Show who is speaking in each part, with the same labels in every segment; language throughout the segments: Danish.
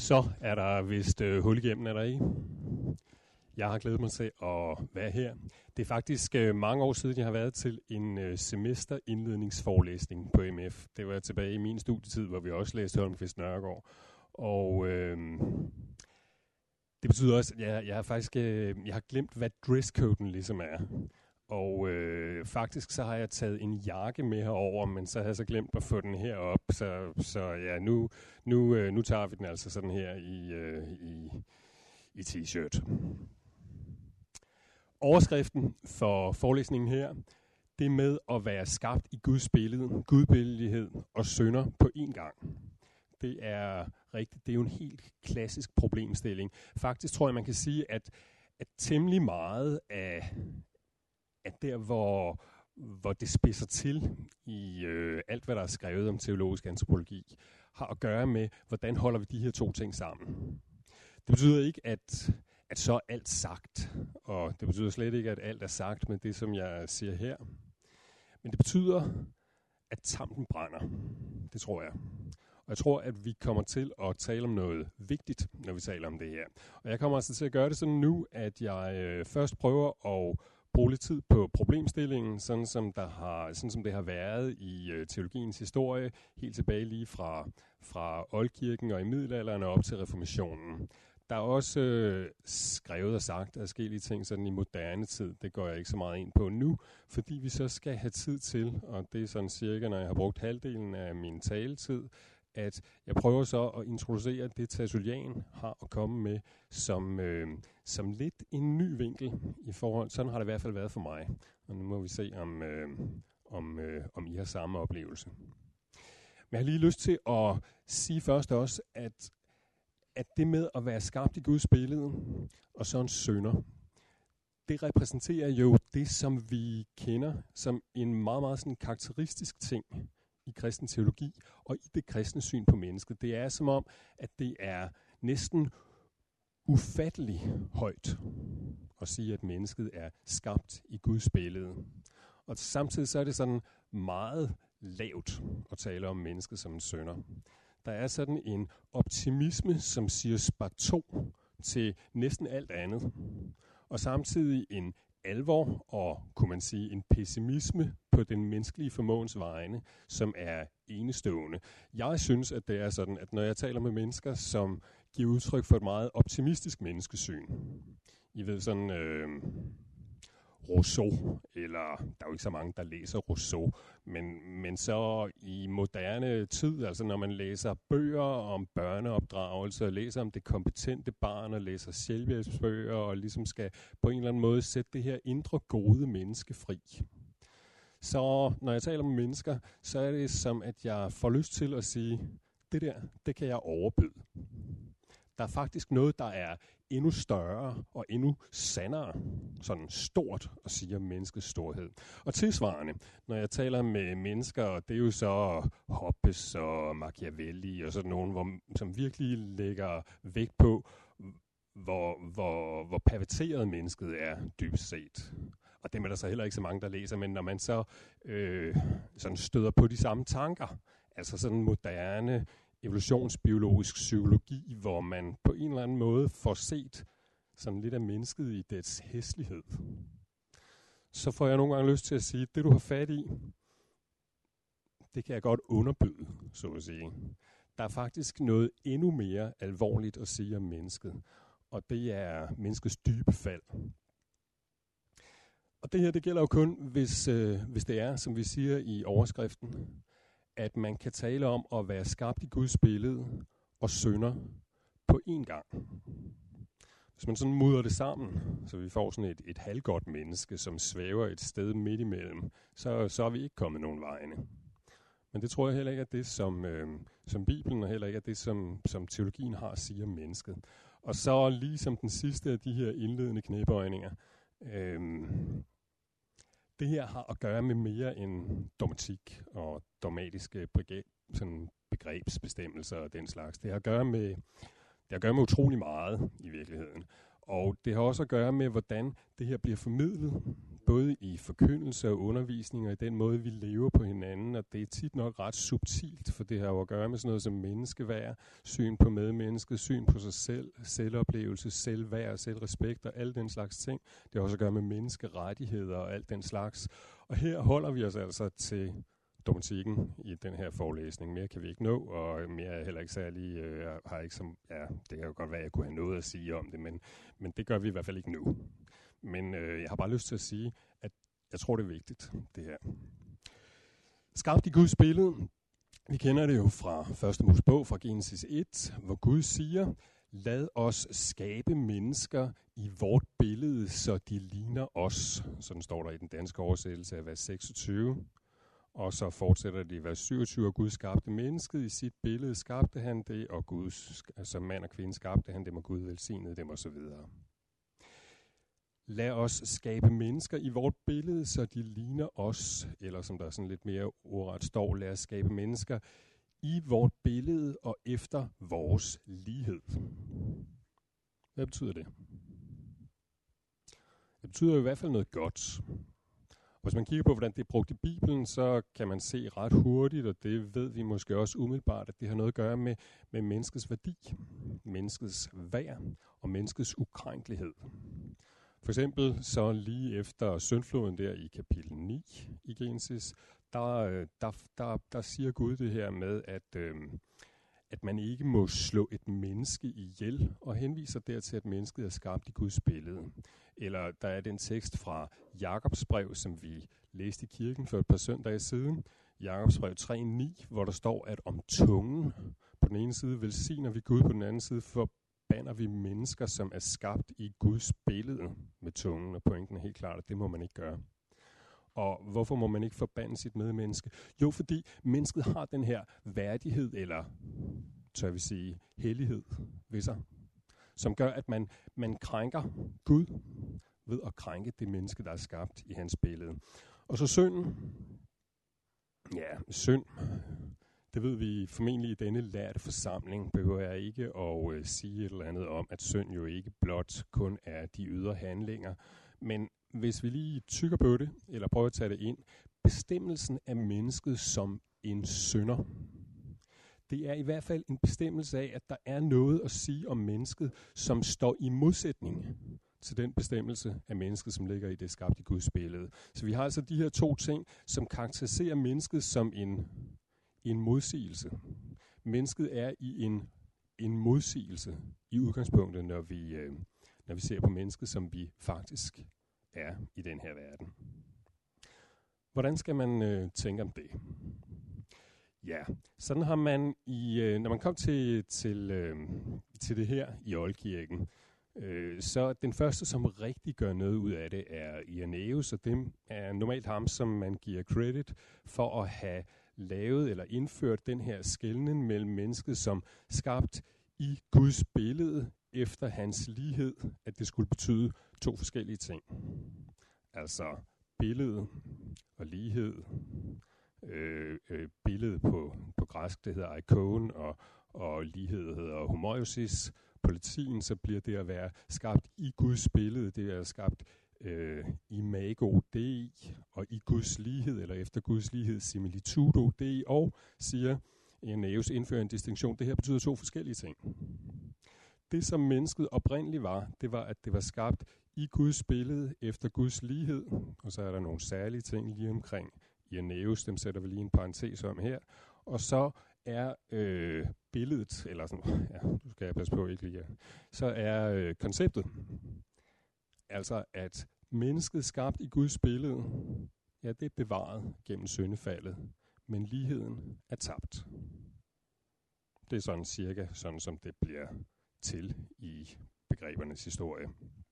Speaker 1: Så er der vist hul igennem, er der ikke? Jeg har glædet mig til at være her. Det er faktisk mange år siden, jeg har været til en semesterindledningsforelæsning på MF. Det var tilbage i min studietid, hvor vi også læste Holmqvist Nørgaard. Og det betyder også, at jeg har glemt, hvad dresscoden ligesom er. Og faktisk så har jeg taget en jakke med herover, men så har jeg så glemt at få den herop. Så ja, nu tager vi den altså sådan her i t-shirt. Overskriften for forelæsningen her, det med at være skabt i Guds billede, gudbillighed og synder på én gang. Det er rigtigt. Det er jo en helt klassisk problemstilling. Faktisk tror jeg, man kan sige, at temmelig meget af der, hvor det spidser til i alt, hvad der er skrevet om teologisk antropologi, har at gøre med, hvordan holder vi de her to ting sammen. Det betyder ikke, at så er alt sagt, og det betyder slet ikke, at alt er sagt med det, som jeg siger her. Men det betyder, at tampen brænder. Det tror jeg. Og jeg tror, at vi kommer til at tale om noget vigtigt, når vi taler om det her. Og jeg kommer altså til at gøre det sådan nu, at jeg først prøver at bruge lidt tid på problemstillingen, sådan som det har været i teologiens historie, helt tilbage lige fra oldkirken og i middelalderen og op til reformationen. Der er også skrevet og sagt forskellige ting sådan i moderne tid. Det går jeg ikke så meget ind på nu, fordi vi så skal have tid til, og det er sådan cirka, når jeg har brugt halvdelen af min taletid, at jeg prøver så at introducere det, Tertullian har at komme med, som lidt en ny vinkel i forhold. Sådan har det i hvert fald været for mig. Og nu må vi se, om I har samme oplevelse. Men jeg har lige lyst til at sige først også, at det med at være skabt i Guds billede, og så en synder, det repræsenterer jo det, som vi kender som en meget, meget sådan karakteristisk ting i kristen teologi og i det kristne syn på mennesket. Det er som om, at det er næsten ufattelig højt at sige, at mennesket er skabt i Guds billede. Og samtidig så er det sådan meget lavt at tale om mennesket som en synder. Der er sådan en optimisme, som siger sparto til næsten alt andet. Og samtidig en alvor og, kunne man sige, en pessimisme på den menneskelige formåens vegne, som er enestående. Jeg synes, at det er sådan, at når jeg taler med mennesker, som giver udtryk for et meget optimistisk menneskesyn, I ved sådan Rousseau, eller der er jo ikke så mange, der læser Rousseau, men så i moderne tid, altså når man læser bøger om børneopdragelse, og læser om det kompetente barn, og læser selvhjælpsbøger, og ligesom skal på en eller anden måde sætte det her indre gode menneske fri. Så når jeg taler med mennesker, så er det som, at jeg får lyst til at sige, det kan jeg overbyde. Der er faktisk noget, der er endnu større og endnu sandere, sådan stort at sige om menneskets storhed. Og tilsvarende, når jeg taler med mennesker, det er jo så Hobbes og Machiavelli og sådan nogen, som virkelig lægger vægt på, hvor perverteret mennesket er dybest set. Og det er der så heller ikke så mange, der læser, men når man så sådan støder på de samme tanker, altså sådan moderne evolutionsbiologisk psykologi, hvor man på en eller anden måde får set sådan lidt af mennesket i dets hæslighed, så får jeg nogle gange lyst til at sige, at det du har fat i, det kan jeg godt underbyde, så at sige. Der er faktisk noget endnu mere alvorligt at sige om mennesket, og det er menneskets dybe fald. Og det her, det gælder jo kun, hvis det er, som vi siger i overskriften, at man kan tale om at være skabt i Guds billede og synder på én gang. Hvis man sådan mudrer det sammen, så vi får sådan et halvgodt menneske, som svæver et sted midt imellem, så er vi ikke kommet nogen vegne. Men det tror jeg heller ikke er det, som Bibelen, og heller ikke er det, som teologien har at sige om mennesket. Og så ligesom den sidste af de her indledende knæbøjninger, det her har at gøre med mere end dogmatik og dogmatiske begrebsbestemmelser og den slags. Det har at gøre med utrolig meget i virkeligheden. Og det har også at gøre med, hvordan det her bliver formidlet både i forkyndelse og undervisning og i den måde, vi lever på hinanden, og det er tit nok ret subtilt, for det har jo at gøre med sådan noget som menneskeværd, syn på medmennesket, syn på sig selv, selvoplevelse, selvværd, selvrespekt og alle den slags ting. Det har også at gøre med menneskerettigheder og alt den slags. Og her holder vi os altså til dogmatikken i den her forelæsning. Mere kan vi ikke nå, og mere er heller ikke særlig, har ikke som, ja, det kan jo godt være, at jeg kunne have noget at sige om det, men det gør vi i hvert fald ikke nu. Men jeg har bare lyst til at sige, at jeg tror, det er vigtigt, det her. Skabt i Guds billede. Vi kender det jo fra 1. Mosebog, fra Genesis 1, hvor Gud siger, lad os skabe mennesker i vort billede, så de ligner os. Sådan står der i den danske oversættelse af vers 26. Og så fortsætter det i vers 27, og Gud skabte mennesket i sit billede, skabte han det, og Gud, som mand og kvinde skabte han dem, og Gud velsignede dem osv. Lad os skabe mennesker i vort billede, så de ligner os, eller som der sådan lidt mere ordret står, lad os skabe mennesker i vort billede og efter vores lighed. Hvad betyder det? Det betyder i hvert fald noget godt. Hvis man kigger på, hvordan det er brugt i Bibelen, så kan man se ret hurtigt, og det ved vi måske også umiddelbart, at det har noget at gøre med menneskets værdi, menneskets værd og menneskets ukrænkelighed. For eksempel så lige efter syndfloden der i kapitel 9 i Genesis, der siger Gud det her med, at man ikke må slå et menneske ihjel, og henviser dertil, at mennesket er skabt i Guds billede. Eller der er den tekst fra Jakobs brev, som vi læste i kirken for et par søndage siden, Jakobs brev 3:9, hvor der står, at om tungen, på den ene side velsigner vi Gud, på den anden side forbander vi mennesker, som er skabt i Guds billede med tungen, og pointen er helt klart, at det må man ikke gøre. Og hvorfor må man ikke forbande sit medmenneske? Jo, fordi mennesket har den her værdighed, eller tør vi sige hellighed ved sig, som gør, at man krænker Gud ved at krænke det menneske, der er skabt i hans billede. Og så synden. Ja, synd. Det ved vi formentlig i denne lærte forsamling. Behøver jeg ikke at sige et eller andet om, at synd jo ikke blot kun er de ydre handlinger. Men hvis vi lige tykker på det, eller prøver at tage det ind, bestemmelsen af mennesket som en synder. Det er i hvert fald en bestemmelse af, at der er noget at sige om mennesket, som står i modsætning til den bestemmelse af mennesket, som ligger i det skabt i Guds billede. Så vi har altså de her to ting, som karakteriserer mennesket som en modsigelse. Mennesket er i en modsigelse i udgangspunktet, når vi ser på mennesket, som vi faktisk er i den her verden. Hvordan skal man tænke om det? Ja, sådan har man når man kom til det her i Oldkirken, så den første, som rigtig gør noget ud af det, er Irenæus, og det er normalt ham, som man giver credit for at have lavet eller indført den her skelnen mellem mennesket som skabt i Guds billede efter hans lighed, at det skulle betyde to forskellige ting. Altså billede og lighed. Billede på græsk, det hedder ikon, og lighed hedder homoiosis. På latin så bliver det at være skabt i Guds billede, det er skabt imago Dei, og i Guds lighed, eller efter Guds lighed, similitudo Dei, og siger Irenæus indfører en distinktion. Det her betyder to forskellige ting. Det, som mennesket oprindeligt var, det var, at det var skabt i Guds billede, efter Guds lighed, og så er der nogle særlige ting lige omkring Irenæus, dem sætter vi lige en parentes om her, og så er billedet, eller sådan, ja, nu skal jeg passe på ikke lige, så er konceptet, altså at mennesket skabt i Guds billede, ja, det er bevaret gennem syndefaldet, men ligheden er tabt. Det er sådan cirka, sådan som det bliver til i begrebernes historie.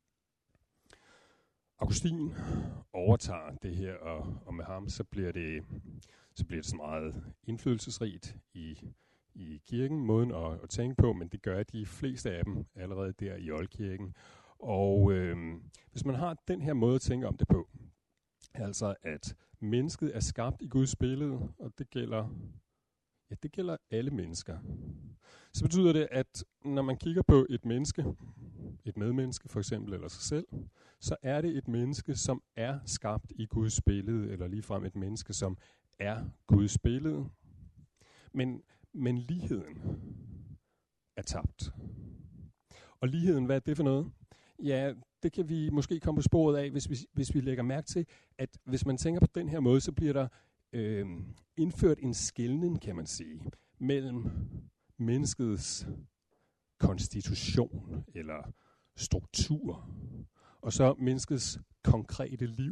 Speaker 1: Augustin overtager det her, og med ham så bliver det så meget indflydelsesrigt i kirken, måden at tænke på, men det gør de fleste af dem allerede der i Oldkirken. Og hvis man har den her måde at tænke om det på, altså at mennesket er skabt i Guds billede, og det gælder alle mennesker, så betyder det, at når man kigger på et menneske, et medmenneske for eksempel, eller sig selv, så er det et menneske, som er skabt i Guds billede, eller ligefrem et menneske, som er Guds billede. Men ligheden er tabt. Og ligheden, hvad er det for noget? Ja, det kan vi måske komme på sporet af, hvis vi lægger mærke til, at hvis man tænker på den her måde, så bliver der indført en skelnen, kan man sige, mellem menneskets konstitution eller struktur, og så menneskets konkrete liv.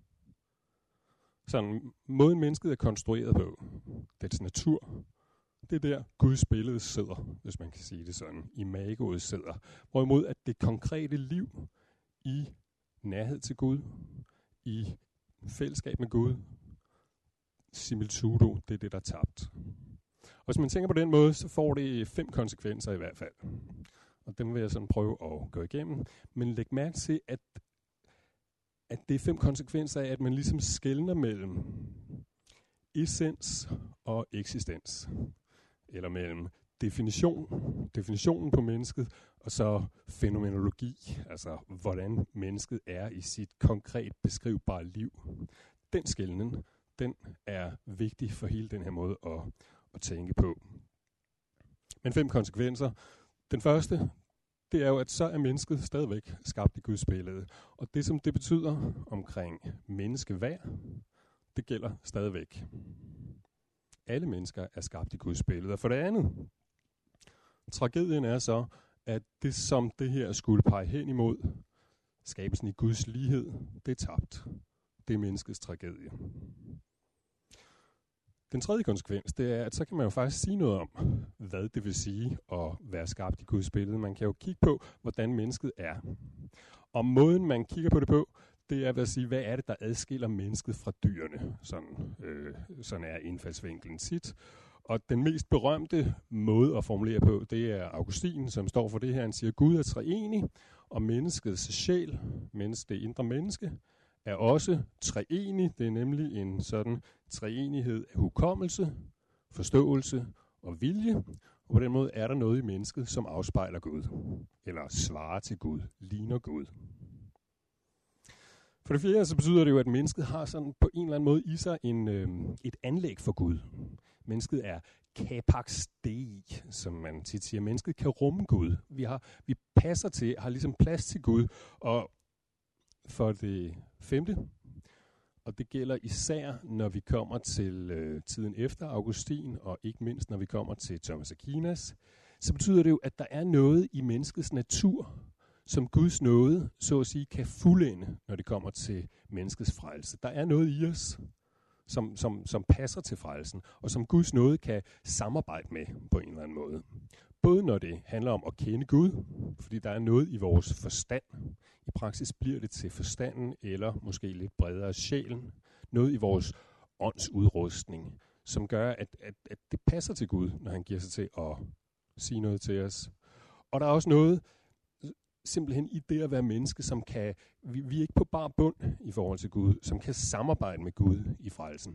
Speaker 1: Sådan, måden mennesket er konstrueret på, dets natur, det er der Guds billede sidder, hvis man kan sige det sådan, imagoet sidder. Hvorimod at det konkrete liv i nærhed til Gud, i fællesskab med Gud, similitudo, det er det, der er tabt. Og hvis man tænker på den måde, så får det 5 konsekvenser i hvert fald. Og dem vil jeg sådan prøve at gå igennem. Men læg mærke til, at det er 5 konsekvenser af, at man ligesom skelner mellem essens og eksistens. Eller mellem definitionen på mennesket, og så fænomenologi, altså hvordan mennesket er i sit konkret beskrivbare liv. Den skelnen, den er vigtig for hele den her måde at tænke på. Men 5 konsekvenser. Den første, det er jo, at så er mennesket stadigvæk skabt i Guds billede. Og det, som det betyder omkring menneskeværd, det gælder stadigvæk. Alle mennesker er skabt i Guds billede. Og for det andet, tragedien er så, at det, som det her skulle pege hen imod, skabelsen i Guds lighed, det er tabt. Det er menneskets tragedie. Den tredje konsekvens, det er, at så kan man jo faktisk sige noget om, hvad det vil sige at være skabt i Guds billede. Man kan jo kigge på, hvordan mennesket er. Og måden, man kigger på det på, det er ved at sige, hvad er det, der adskiller mennesket fra dyrene? Sådan er indfaldsvinklen tit. Og den mest berømte måde at formulere på, det er Augustin, som står for det her. Han siger, Gud er treenig, og menneskets sjæl, det indre menneske, er også treenig. Det er nemlig en sådan treenighed af hukommelse, forståelse og vilje. Og på den måde er der noget i mennesket, som afspejler Gud, eller svarer til Gud, ligner Gud. For det fjerde, så betyder det jo, at mennesket har sådan på en eller anden måde i sig et anlæg for Gud. Mennesket er capax dei, som man tit siger. Mennesket kan rumme Gud. Vi passer til, har ligesom plads til Gud. Og for det femte, og det gælder især, når vi kommer til tiden efter Augustin, og ikke mindst, når vi kommer til Thomas Aquinas, så betyder det jo, at der er noget i menneskets natur, som Guds nåde, så at sige, kan fuldende, når det kommer til menneskets frelse. Der er noget i os, som passer til frelsen, og som Guds nåde kan samarbejde med på en eller anden måde. Både når det handler om at kende Gud, fordi der er noget i vores forstand. I praksis bliver det til forstanden, eller måske lidt bredere sjælen. Noget i vores åndsudrustning, som gør, at det passer til Gud, når han giver sig til at sige noget til os. Og der er også noget simpelthen i det at være menneske, som kan, vi er ikke på bar bund i forhold til Gud, som kan samarbejde med Gud i frelsen.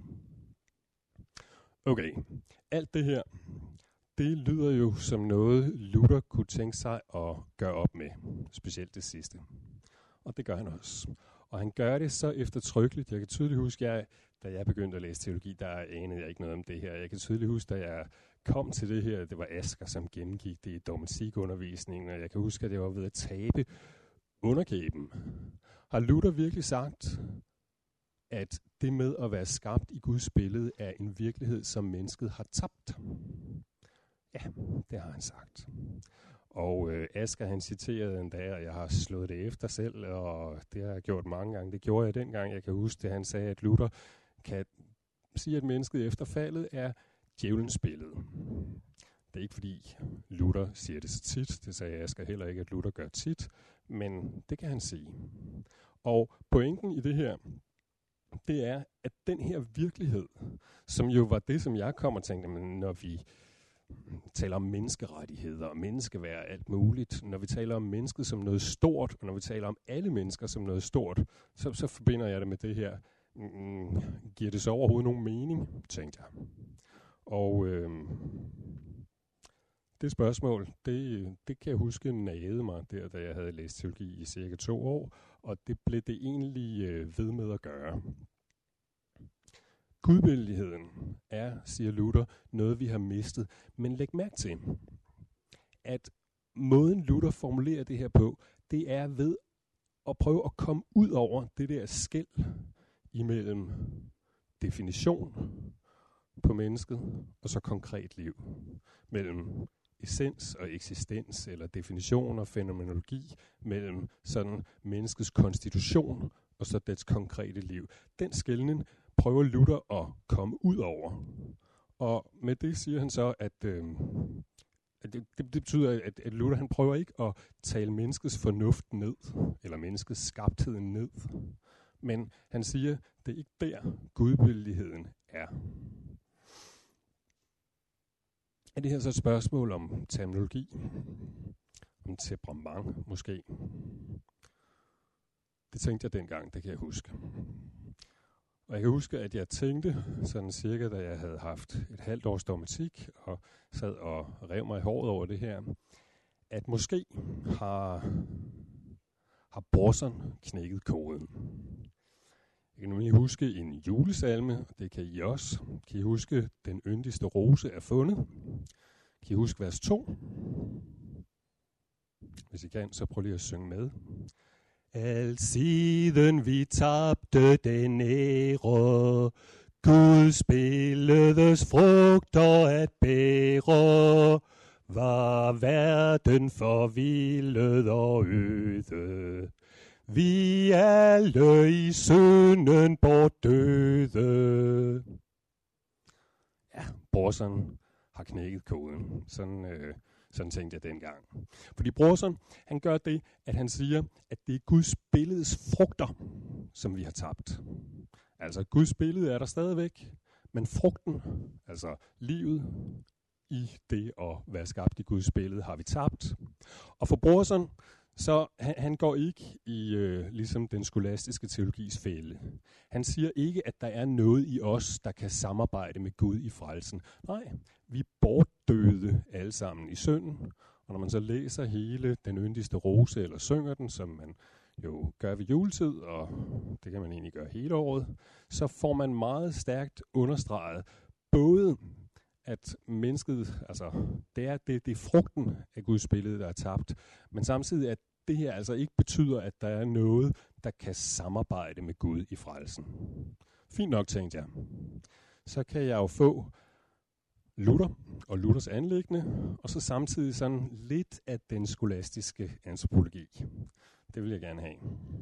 Speaker 1: Okay, alt det her, det lyder jo som noget, Luther kunne tænke sig at gøre op med, specielt det sidste. Og det gør han også. Og han gør det så eftertrykkeligt. Jeg kan tydeligt huske, da jeg begyndte at læse teologi, der anede jeg ikke noget om det her. Jeg kan tydeligt huske, da jeg kom til det her, det var Asger, som gennemgik det i dogmatikundervisningen, og jeg kan huske, at jeg var ved at tabe underkæben. Har Luther virkelig sagt, at det med at være skabt i Guds billede er en virkelighed, som mennesket har tabt? Ja, det har han sagt. Og Asger, han citerede en dag, og jeg har slået det efter selv, og det har jeg gjort mange gange. Det gjorde jeg dengang. Jeg kan huske det, han sagde, at Luther kan sige, at mennesket efter faldet er djævelens billede. Det er ikke fordi Luther siger det så tit. Det sagde Asger heller ikke, at Luther gør tit. Men det kan han sige. Og pointen i det her, det er, at den her virkelighed, som jo var det, som jeg kom og tænkte, men når vi taler om menneskerettigheder og menneskeværd og alt muligt, når vi taler om mennesket som noget stort, og når vi taler om alle mennesker som noget stort, så forbinder jeg det med det her. Giver det så overhovedet nogen mening, tænkte jeg. Og Det spørgsmål, det kan jeg huske nagede mig der, da jeg havde læst teologi i cirka 2 år, og det blev det egentlig ved med at gøre. Gudbilledigheden er, siger Luther, noget vi har mistet, men læg mærke til, at måden Luther formulerer det her på, det er ved at prøve at komme ud over det der skel imellem definition på mennesket og så konkret liv. Mellem essens og eksistens, eller definition og fænomenologi, mellem sådan menneskets konstitution og så dets konkrete liv. Den skelnen prøver Luther at komme ud over. Og med det siger han så, at det betyder, at Luther han prøver ikke at tale menneskets fornuft ned, eller menneskets skabthed ned. Men han siger, det er ikke der gudbilligheden er. Er det her så et spørgsmål om terminologi? Om temperament måske? Det tænkte jeg dengang, det kan jeg huske. Og jeg kan huske, at jeg tænkte, sådan cirka da jeg havde haft et halvt års dogmatik, og sad og rev mig i håret over det her, at måske har Brorson knækket koden. Jeg kan nemlig huske en julesalme, og det kan I også. Kan I huske, den yndigste rose er fundet? Kan I huske vers 2? Hvis I kan, så prøv lige at synge med. Alsiden vi tabte den ære, Guds billedes frugter at bære, var verden forvildet og øde. Vi alle i synden bortdøde. Ja, Brorson har knækket koden. Sådan tænkte jeg dengang. Fordi Brorson, han gør det, at han siger, at det er Guds billedes frugter, som vi har tabt. Altså Guds billede er der stadigvæk, men frugten, altså livet i det at være skabt i Guds billede, har vi tabt. Og for Brorson, så han går ikke i ligesom den skolastiske teologis fælde. Han siger ikke, at der er noget i os, der kan samarbejde med Gud i frelsen. Nej, vi bortdøde alle sammen i synden. Og når man så læser hele Den yndigste rose, eller synger den, som man jo gør ved juletid, og det kan man egentlig gøre hele året, så får man meget stærkt understreget både at mennesket, altså det er frugten af Guds billede, der er tabt, men samtidig at det her altså ikke betyder, at der er noget, der kan samarbejde med Gud i frelsen. Fint nok, tænkte jeg. Så kan jeg jo få Luther og Luthers anliggende, og så samtidig sådan lidt af den skolastiske antropologi. Det vil jeg gerne have.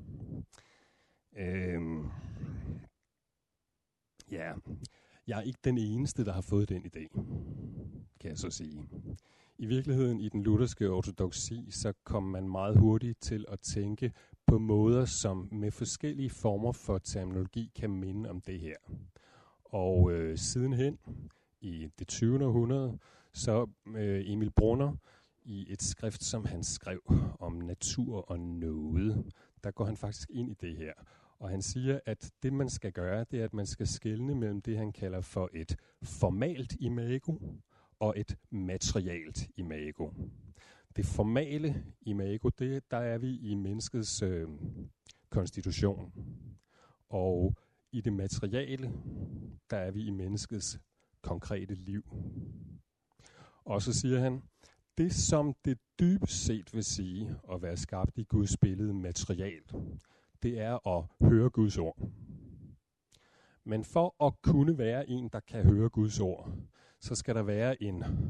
Speaker 1: Jeg er ikke den eneste, der har fået den idé, kan jeg så sige. I virkeligheden i den lutherske ortodoksi, så kom man meget hurtigt til at tænke på måder, som med forskellige former for terminologi kan minde om det her. Og sidenhen, i det 20. århundrede, så Emil Brunner, i et skrift, som han skrev om natur og nåde, der går han faktisk ind i det her. Og han siger, at det man skal gøre, det er, at man skal skelne mellem det, han kalder for et formalt imago og et materialt imago. Det formale imago, der er vi i menneskets konstitution. Og i det materiale, der er vi i menneskets konkrete liv. Og så siger han, det som det dybest set vil sige at være skabt i Guds billede materialt, det er at høre Guds ord. Men for at kunne være en, der kan høre Guds ord, så skal der være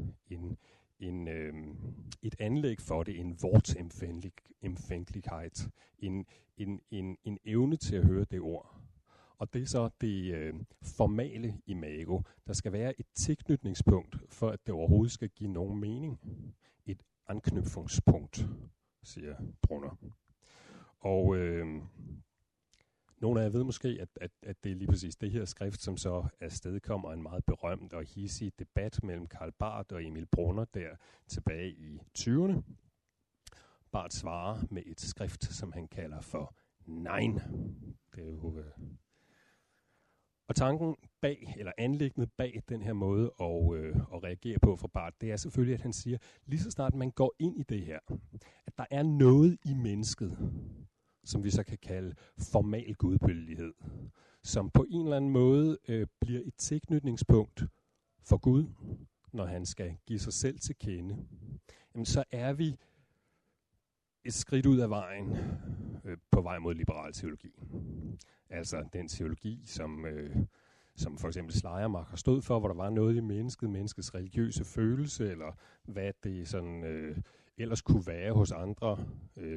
Speaker 1: et anlæg for det, en Wortempfänglichkeit, en evne til at høre det ord. Og det er så det formale imago. Der skal være et tilknytningspunkt, for at det overhovedet skal give nogen mening. Et anknytningspunkt, siger Brunner. Og nogle af jer ved måske, at det er lige præcis det her skrift, som så afstedkommer en meget berømt og hissig debat mellem Karl Barth og Emil Brunner der tilbage i 20'erne. Barth svarer med et skrift, som han kalder for Nein. Det er jo Og tanken bag, eller anliggende bag den her måde at reagere på fra Barth, det er selvfølgelig, at han siger, lige så snart man går ind i det her, at der er noget i mennesket, som vi så kan kalde formal gudbilledighed, som på en eller anden måde bliver et tilknytningspunkt for Gud, når han skal give sig selv til kende, jamen så er vi et skridt ud af vejen på vej mod liberal teologi. Altså den teologi, som for eksempel Schleiermacher har stået for, hvor der var noget i menneskets religiøse følelse, eller hvad det sådan ellers kunne være hos andre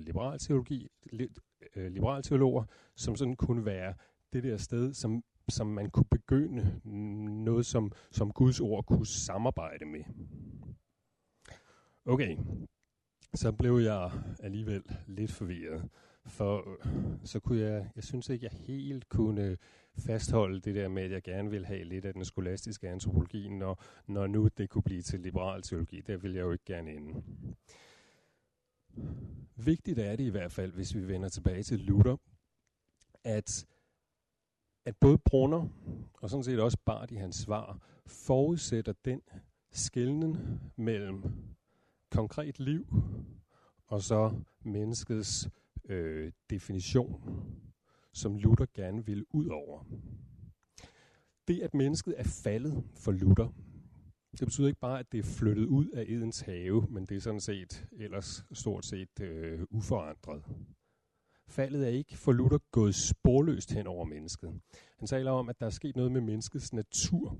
Speaker 1: liberalteologer, som sådan kunne være det der sted, som man kunne begynde noget, som Guds ord kunne samarbejde med. Okay, så blev jeg alligevel lidt forvirret, for så kunne jeg synes ikke, jeg helt kunne fastholde det der med, at jeg gerne vil have lidt af den skolastiske antropologi, når nu det kunne blive til liberal teologi. Der vil jeg jo ikke gerne ende. Vigtigt er det i hvert fald, hvis vi vender tilbage til Luther, at både Brunner og sådan set også Barth i hans svar forudsætter den skelnen mellem konkret liv og så menneskets definition, som Luther gerne vil ud over. Det, at mennesket er faldet for Luther, det betyder ikke bare, at det er flyttet ud af Edens have, men det er sådan set ellers stort set uforandret. Faldet er ikke for Luther gået sporløst hen over mennesket. Han taler om, at der er sket noget med menneskets natur.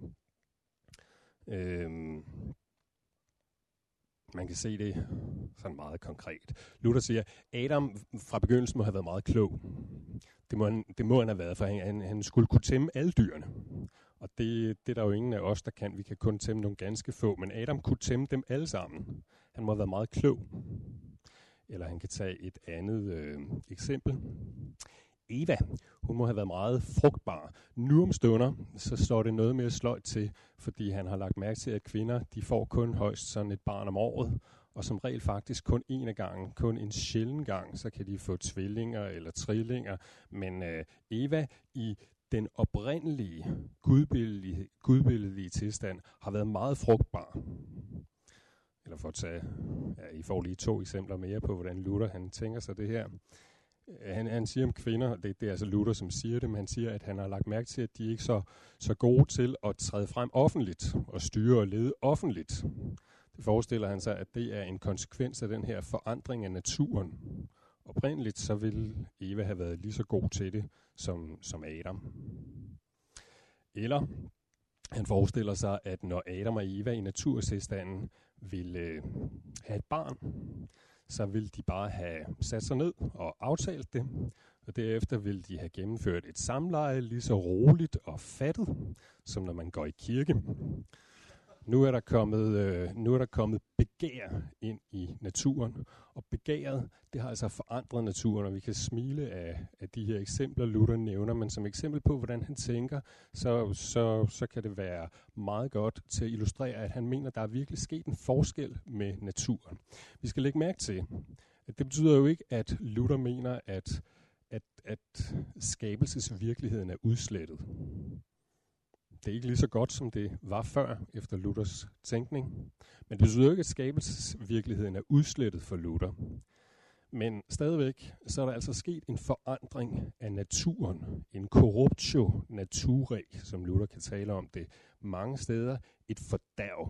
Speaker 1: Man kan se det sådan meget konkret. Luther siger, at Adam fra begyndelsen må have været meget klog. Det må han have været, for han skulle kunne tæmme alle dyrene. Og det er der jo ingen af os, der kan. Vi kan kun tæmme nogle ganske få, men Adam kunne tæmme dem alle sammen. Han må have været meget klog. Eller han kan tage et andet eksempel. Eva, hun må have været meget frugtbar. Nu om stunder, så står det noget mere sløjt til, fordi han har lagt mærke til, at kvinder, de får kun højst sådan et barn om året, og som regel faktisk kun en af gangen, kun en sjælden gang, så kan de få tvillinger eller trillinger. Men Eva i den oprindelige gudbilledige tilstand har været meget frugtbar. Eller for at tage, I får lige 2 eksempler mere på, hvordan Luther han tænker sig det her. Han siger om kvinder, det er altså Luther, som siger det, men han siger, at han har lagt mærke til, at de ikke er så gode til at træde frem offentligt og styre og lede offentligt. Det forestiller han sig, at det er en konsekvens af den her forandring af naturen. Oprindeligt så ville Eva have været lige så god til det som Adam. Eller han forestiller sig, at når Adam og Eva i naturtilstanden ville have et barn, så ville de bare have sat sig ned og aftalt det, og derefter ville de have gennemført et samleje lige så roligt og fattet, som når man går i kirke. Nu er der kommet begær ind i naturen, og begæret, det har altså forandret naturen, og vi kan smile af de her eksempler, Luther nævner, men som eksempel på, hvordan han tænker, så kan det være meget godt til at illustrere, at han mener, at der er virkelig sket en forskel med naturen. Vi skal lægge mærke til, at det betyder jo ikke, at Luther mener, at skabelsesvirkeligheden er udslettet. Det er ikke lige så godt, som det var før, efter Luthers tænkning. Men det betyder jo ikke, at skabelsesvirkeligheden er udslettet for Luther. Men stadigvæk, så er der altså sket en forandring af naturen. En corruptio naturae, som Luther kan tale om det mange steder. Et fordærv.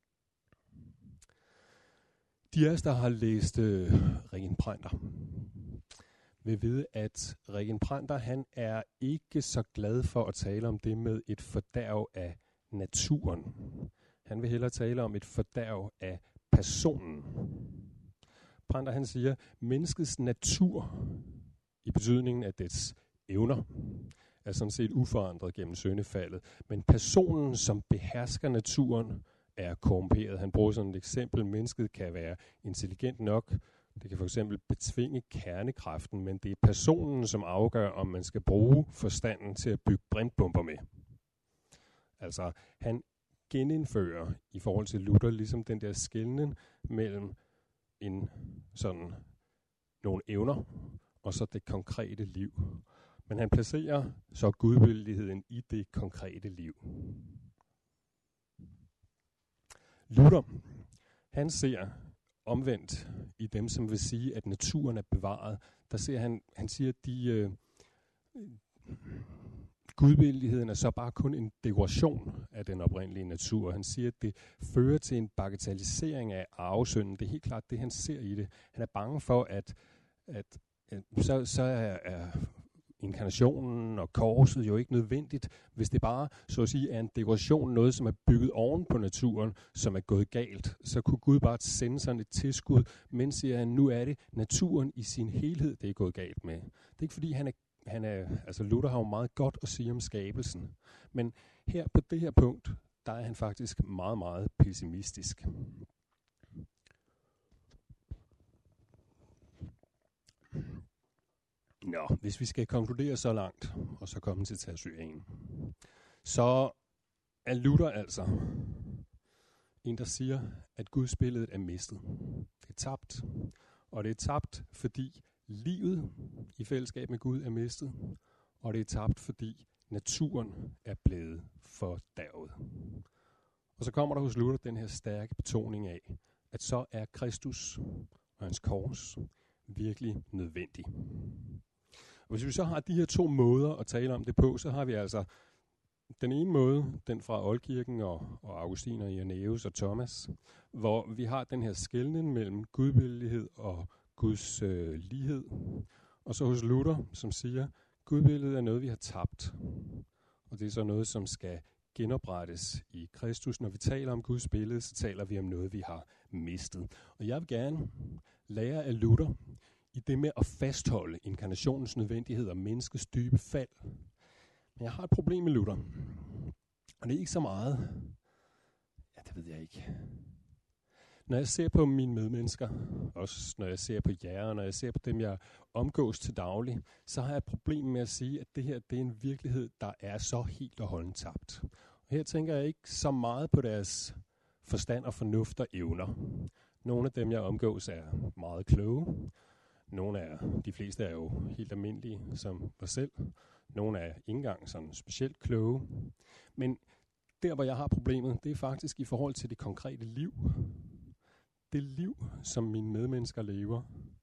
Speaker 1: De af os, der har læst Regenprænder, vil vide, at Regenprænder, han er ikke så glad for at tale om det med et fordærv af naturen. Han vil hellere tale om et fordærv af personen. Prænder, han siger, menneskets natur, i betydningen af dets evner, er sådan set uforandret gennem syndefaldet. Men personen, som behersker naturen, er korrumperet. Han bruger sådan et eksempel. Mennesket kan være intelligent nok. Det kan for eksempel betvinge kernekraften, men det er personen, som afgør, om man skal bruge forstanden til at bygge brintbomber med. Altså, han genindfører i forhold til Luther ligesom den der skelnen mellem nogle evner og så det konkrete liv. Men han placerer så gudvilligheden i det konkrete liv. Luther, han ser omvendt i dem, som vil sige, at naturen er bevaret. Der ser han siger, at gudvilligheden er så bare kun en dekoration af den oprindelige natur. Han siger, at det fører til en bagatellisering af arvesynden. Det er helt klart det, han ser i det. Han er bange for, at så er inkarnationen og korset jo ikke nødvendigt, hvis det bare, så at sige, er en dekoration, noget som er bygget oven på naturen, som er gået galt. Så kunne Gud bare sende sådan et tilskud, men siger han, nu er det naturen i sin helhed, det er gået galt med. Det er ikke fordi, altså Luther har jo meget godt at sige om skabelsen, men her på det her punkt, der er han faktisk meget, meget pessimistisk. Nå, hvis vi skal konkludere så langt, og så komme til tertiæren, så er Luther altså en, der siger, at gudsbilledet er mistet. Det er tabt, og det er tabt, fordi livet i fællesskab med Gud er mistet, og det er tabt, fordi naturen er blevet fordærvet. Og så kommer der hos Luther den her stærke betoning af, at så er Kristus og hans kors virkelig nødvendig. Og hvis vi så har de her to måder at tale om det på, så har vi altså den ene måde, den fra oldkirken og Augustin og Irenaeus og Thomas, hvor vi har den her skelnen mellem gudvillighed og Guds lighed. Og så hos Luther, som siger, gudbilledet er noget, vi har tabt. Og det er så noget, som skal genoprettes i Kristus. Når vi taler om Guds billede, så taler vi om noget, vi har mistet. Og jeg vil gerne lære af Luther i det med at fastholde inkarnationens nødvendighed og menneskets dybe fald. Men jeg har et problem med Luther. Og det er ikke så meget. Ja, det ved jeg ikke. Når jeg ser på mine medmennesker, også når jeg ser på jer, og når jeg ser på dem, jeg omgås til daglig, så har jeg et problem med at sige, at det her det er en virkelighed, der er så helt og holdent tabt. Og her tænker jeg ikke så meget på deres forstand og fornuft og evner. Nogle af dem, jeg omgås, er meget kloge. De fleste er jo helt almindelige som mig selv. Nogle er ikke engang sådan specielt kloge. Men der, hvor jeg har problemet, det er faktisk i forhold til det konkrete liv. Det liv, som mine medmennesker lever.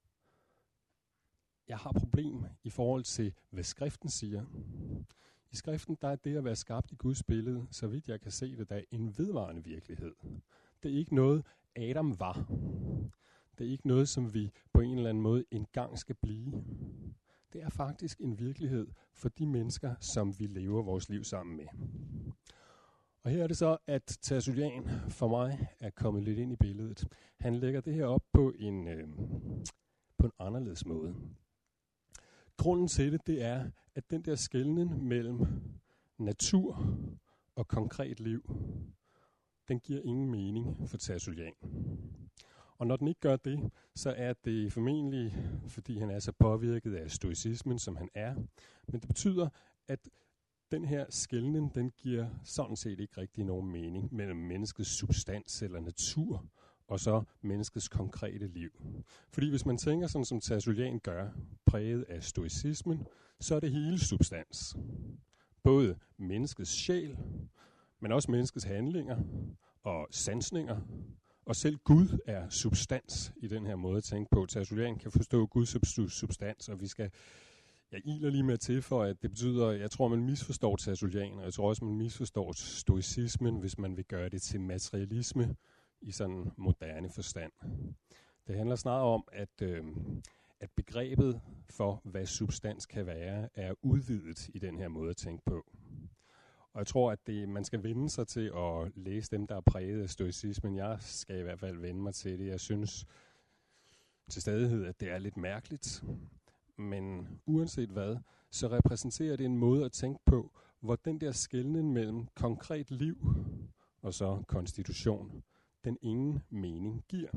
Speaker 1: Jeg har problem i forhold til, hvad skriften siger. I skriften, der er det at være skabt i Guds billede, så vidt jeg kan se det, der er en vedvarende virkelighed. Det er ikke noget, Adam var. Det er ikke noget, som vi på en eller anden måde engang skal blive. Det er faktisk en virkelighed for de mennesker, som vi lever vores liv sammen med. Og her er det så, at Tertullian for mig er kommet lidt ind i billedet. Han lægger det her op på en anderledes måde. Grunden til det er, at den der skelnen mellem natur og konkret liv, den giver ingen mening for Tertullian. Og når den ikke gør det, så er det formentlig, fordi han er så påvirket af stoicismen, som han er. Men det betyder, at den her skelnen, den giver sådan set ikke rigtig nogen mening mellem menneskets substans eller natur, og så menneskets konkrete liv. Fordi hvis man tænker sådan, som Tertullian gør, præget af stoicismen, så er det hele substans. Både menneskets sjæl, men også menneskets handlinger og sansninger. Og selv Gud er substans i den her måde at tænke på. Tertullian kan forstå Guds substans, og jeg iler lige med at tilføje, at det betyder, jeg tror, man misforstår Tertullian, og jeg tror også, man misforstår stoicismen, hvis man vil gøre det til materialisme i sådan moderne forstand. Det handler snarere om, at begrebet for, hvad substans kan være, er udvidet i den her måde at tænke på. Og jeg tror, at man skal vende sig til at læse dem, der er præget af stoicismen. Jeg skal i hvert fald vende mig til det. Jeg synes til stadighed, at det er lidt mærkeligt. Men uanset hvad, så repræsenterer det en måde at tænke på, hvor den der skelnen mellem konkret liv og så konstitution, den ingen mening giver.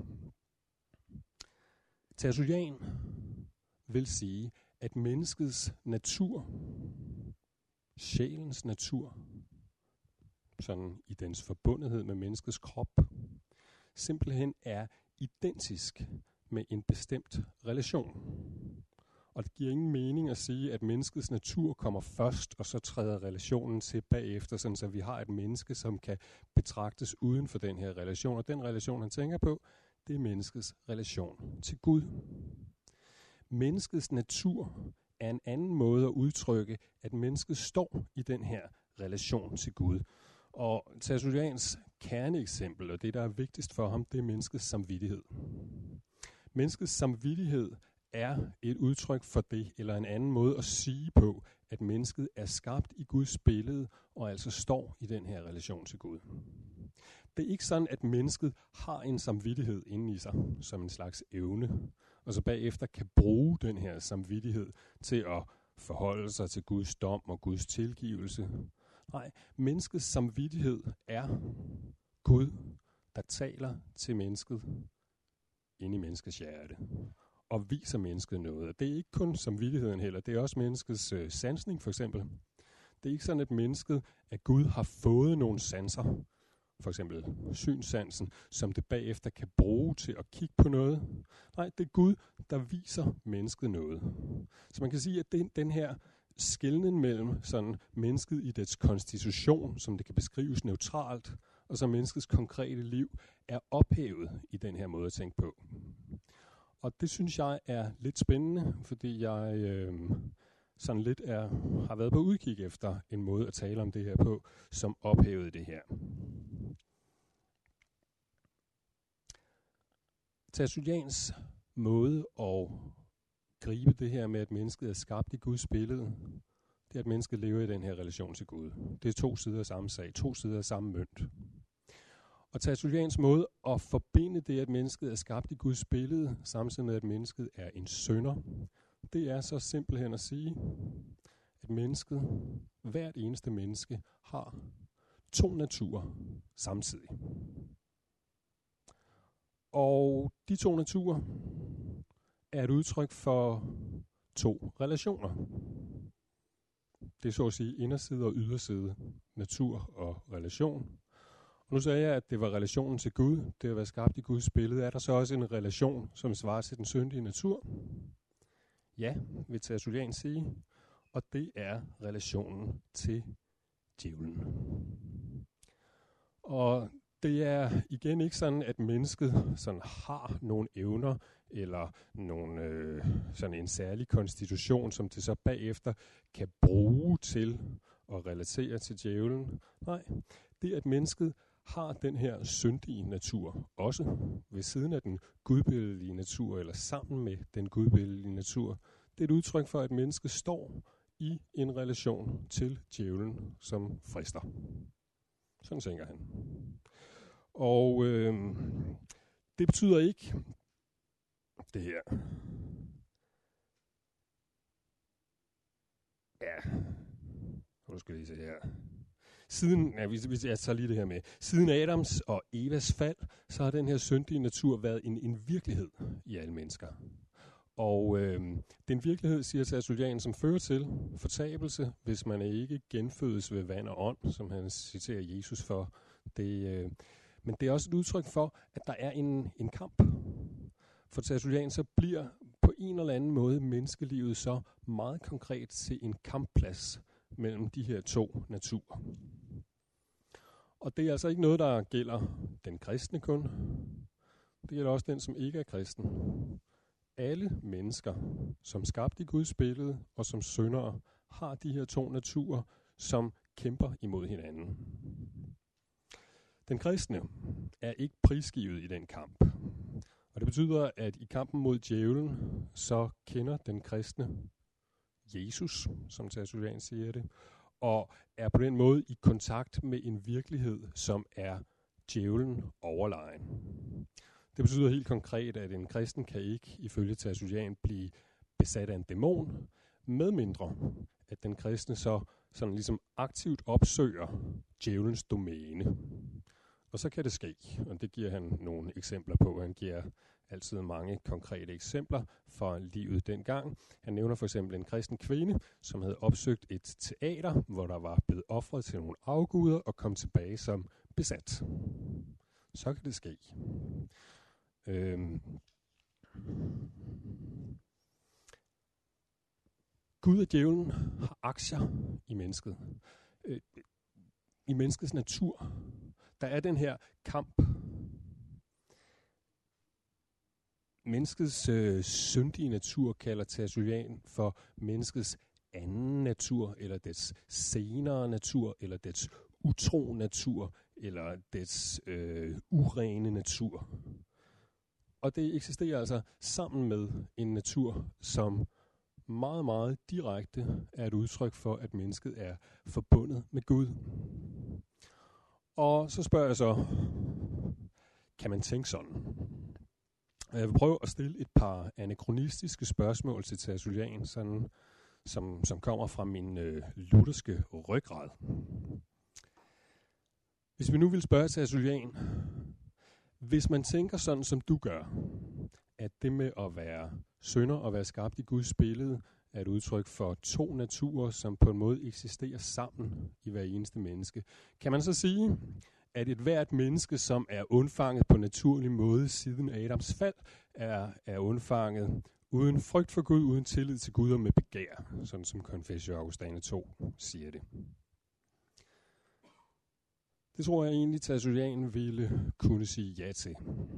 Speaker 1: Tertullian vil sige, at menneskets natur, sjælens natur, sådan i dens forbundethed med menneskets krop, simpelthen er identisk med en bestemt relation. Og det giver ingen mening at sige, at menneskets natur kommer først, og så træder relationen til bagefter, sådan så vi har et menneske, som kan betragtes uden for den her relation. Og den relation, han tænker på, det er menneskets relation til Gud. Menneskets natur er en anden måde at udtrykke, at mennesket står i den her relation til Gud. Og Tertullians kerneeksempel, og det der er vigtigst for ham, det er menneskets samvittighed. Menneskets samvittighed er et udtryk for det, eller en anden måde at sige på, at mennesket er skabt i Guds billede, og altså står i den her relation til Gud. Det er ikke sådan, at mennesket har en samvittighed inde i sig, som en slags evne, og så bagefter kan bruge den her samvittighed til at forholde sig til Guds dom og Guds tilgivelse. Nej, menneskets samvittighed er Gud, der taler til mennesket inde i menneskets hjerte og viser mennesket noget. Det er ikke kun samvittigheden heller, det er også menneskets sansning for eksempel. Det er ikke sådan, at mennesket af Gud har fået nogle sanser, for eksempel synssansen, som det bagefter kan bruge til at kigge på noget. Nej, det er Gud, der viser mennesket noget. Så man kan sige, at den her skelnen mellem sådan mennesket i dets konstitution, som det kan beskrives neutralt, og så menneskets konkrete liv, er ophævet i den her måde at tænke på. Og det synes jeg er lidt spændende, fordi jeg sådan lidt har været på udkig efter en måde at tale om det her på, som ophævede det her. Tertullians måde at gribe det her med, at mennesket er skabt i Guds billede, det er, at mennesket lever i den her relation til Gud. Det er to sider af samme sag, to sider af samme mønt. Og Tertullians måde at forbinde det, at mennesket er skabt i Guds billede, samtidig med, at mennesket er en synder, det er så simpelthen at sige, at mennesket, hvert eneste menneske, har to naturer samtidig. Og de to naturer er et udtryk for to relationer. Det er så at sige inderside og yderside, natur og relation. Og nu sagde jeg, at det var relationen til Gud, det at være skabt i Guds billede. Er der så også en relation, som svarer til den syndige natur? Ja, vil Tertullian sige. Og det er relationen til djævlen. Og det er igen ikke sådan, at mennesket sådan har nogle evner, eller sådan en særlig konstitution, som det så bagefter kan bruge til at relatere til djævlen. Nej, det at mennesket har den her syndige natur, også ved siden af den gudbilledige natur, eller sammen med den gudbilledige natur, det er et udtryk for, at mennesket står i en relation til djævlen, som frister. Sådan tænker han. Og det betyder ikke det her. Ja, nu skal jeg lige se her. Hvis jeg tager lige det her med. Siden Adams og Evas fald, så har den her syndige natur været en virkelighed i alle mennesker. Og den virkelighed, siger Tertullian, som fører til fortabelse, hvis man ikke genfødes ved vand og ånd, som han citerer Jesus for. Men det er også et udtryk for, at der er en kamp. For Tertullian så bliver på en eller anden måde menneskelivet så meget konkret til en kampplads mellem de her to naturer. Og det er altså ikke noget, der gælder den kristne kun. Det gælder også den, som ikke er kristen. Alle mennesker, som skabt i Guds billede og som syndere, har de her to naturer, som kæmper imod hinanden. Den kristne er ikke prisgivet i den kamp. Og det betyder, at i kampen mod djævlen, så kender den kristne Jesus, som Tertullian siger det, og er på den måde i kontakt med en virkelighed, som er djævlen overlegen. Det betyder helt konkret, at en kristen kan ikke, ifølge Tertullian, blive besat af en dæmon, medmindre at den kristne så sådan ligesom aktivt opsøger djævelens domæne. Og så kan det ske, og det giver han nogle eksempler på. Han giver altid mange konkrete eksempler fra livet dengang. Han nævner for eksempel en kristen kvinde, som havde opsøgt et teater, hvor der var blevet ofret til nogle afguder og kom tilbage som besat. Så kan det ske. Gud og djævlen har aktier i mennesket. I menneskets natur. Der er den her kamp. Menneskets syndige natur kalder Tertullian for menneskets anden natur, eller dets senere natur, eller dets utro natur, eller dets urene natur. Og det eksisterer altså sammen med en natur, som meget, meget direkte er et udtryk for, at mennesket er forbundet med Gud. Og så spørger jeg så, kan man tænke sådan? Jeg vil prøve at stille et par anakronistiske spørgsmål til Tertullian, sådan, som kommer fra min lutherske ryggrad. Hvis vi nu vil spørge Tertullian, hvis man tænker sådan, som du gør, at det med at være synder og være skabt i Guds billede er et udtryk for to naturer, som på en måde eksisterer sammen i hver eneste menneske, kan man så sige, at et hvert menneske, som er undfanget på naturlig måde siden Adams fald, er undfanget uden frygt for Gud, uden tillid til Gud og med begær, sådan som Confessio Augustana 2 siger det. Det tror jeg egentlig, Tertullian ville kunne sige ja til.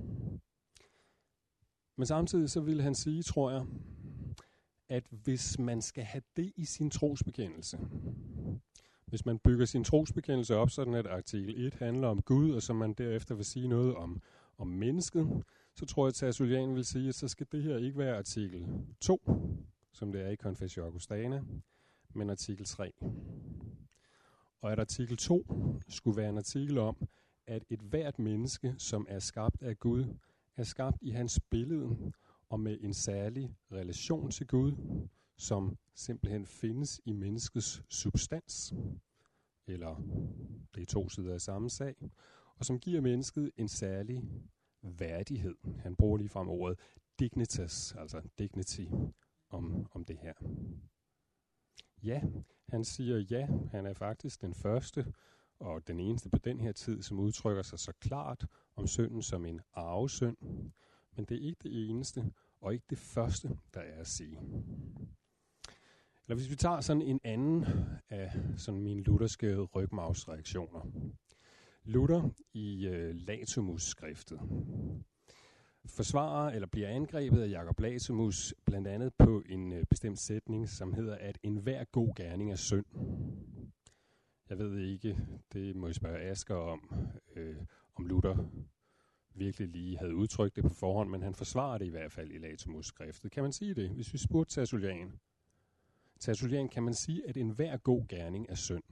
Speaker 1: Men samtidig så ville han sige, tror jeg, at hvis man skal have det i sin trosbekendelse, hvis man bygger sin trosbekendelse op, sådan at artikel 1 handler om Gud, og så man derefter vil sige noget om mennesket, så tror jeg, at Tertullian vil sige, at så skal det her ikke være artikel 2, som det er i Confessio Augustana, men artikel 3. Og at artikel 2 skulle være en artikel om, at et hvert menneske, som er skabt af Gud, er skabt i hans billede og med en særlig relation til Gud, som simpelthen findes i menneskets substans, eller det er to sider af samme sag, og som giver mennesket en særlig værdighed. Han bruger lige frem ordet dignitas, altså dignity, om det her. Ja, han siger ja, han er faktisk den første og den eneste på den her tid, som udtrykker sig så klart om synden som en arvesynd, men det er ikke det eneste, og ikke det første, der er at sige. Eller hvis vi tager sådan en anden af sådan mine lutherske rygmarvsreaktioner. Luther i Latumus-skriftet forsvarer eller bliver angrebet af Jacob Latumus blandt andet på en bestemt sætning, som hedder, at enhver god gerning er synd. Jeg ved ikke, det må jeg spørge Asger om Luther virkelig lige havde udtrykt det på forhånd, men han forsvarer det i hvert fald i Latumus-skriftet. Kan man sige det? Hvis vi spurgte Tertullian, kan man sige, at enhver god gerning er synd?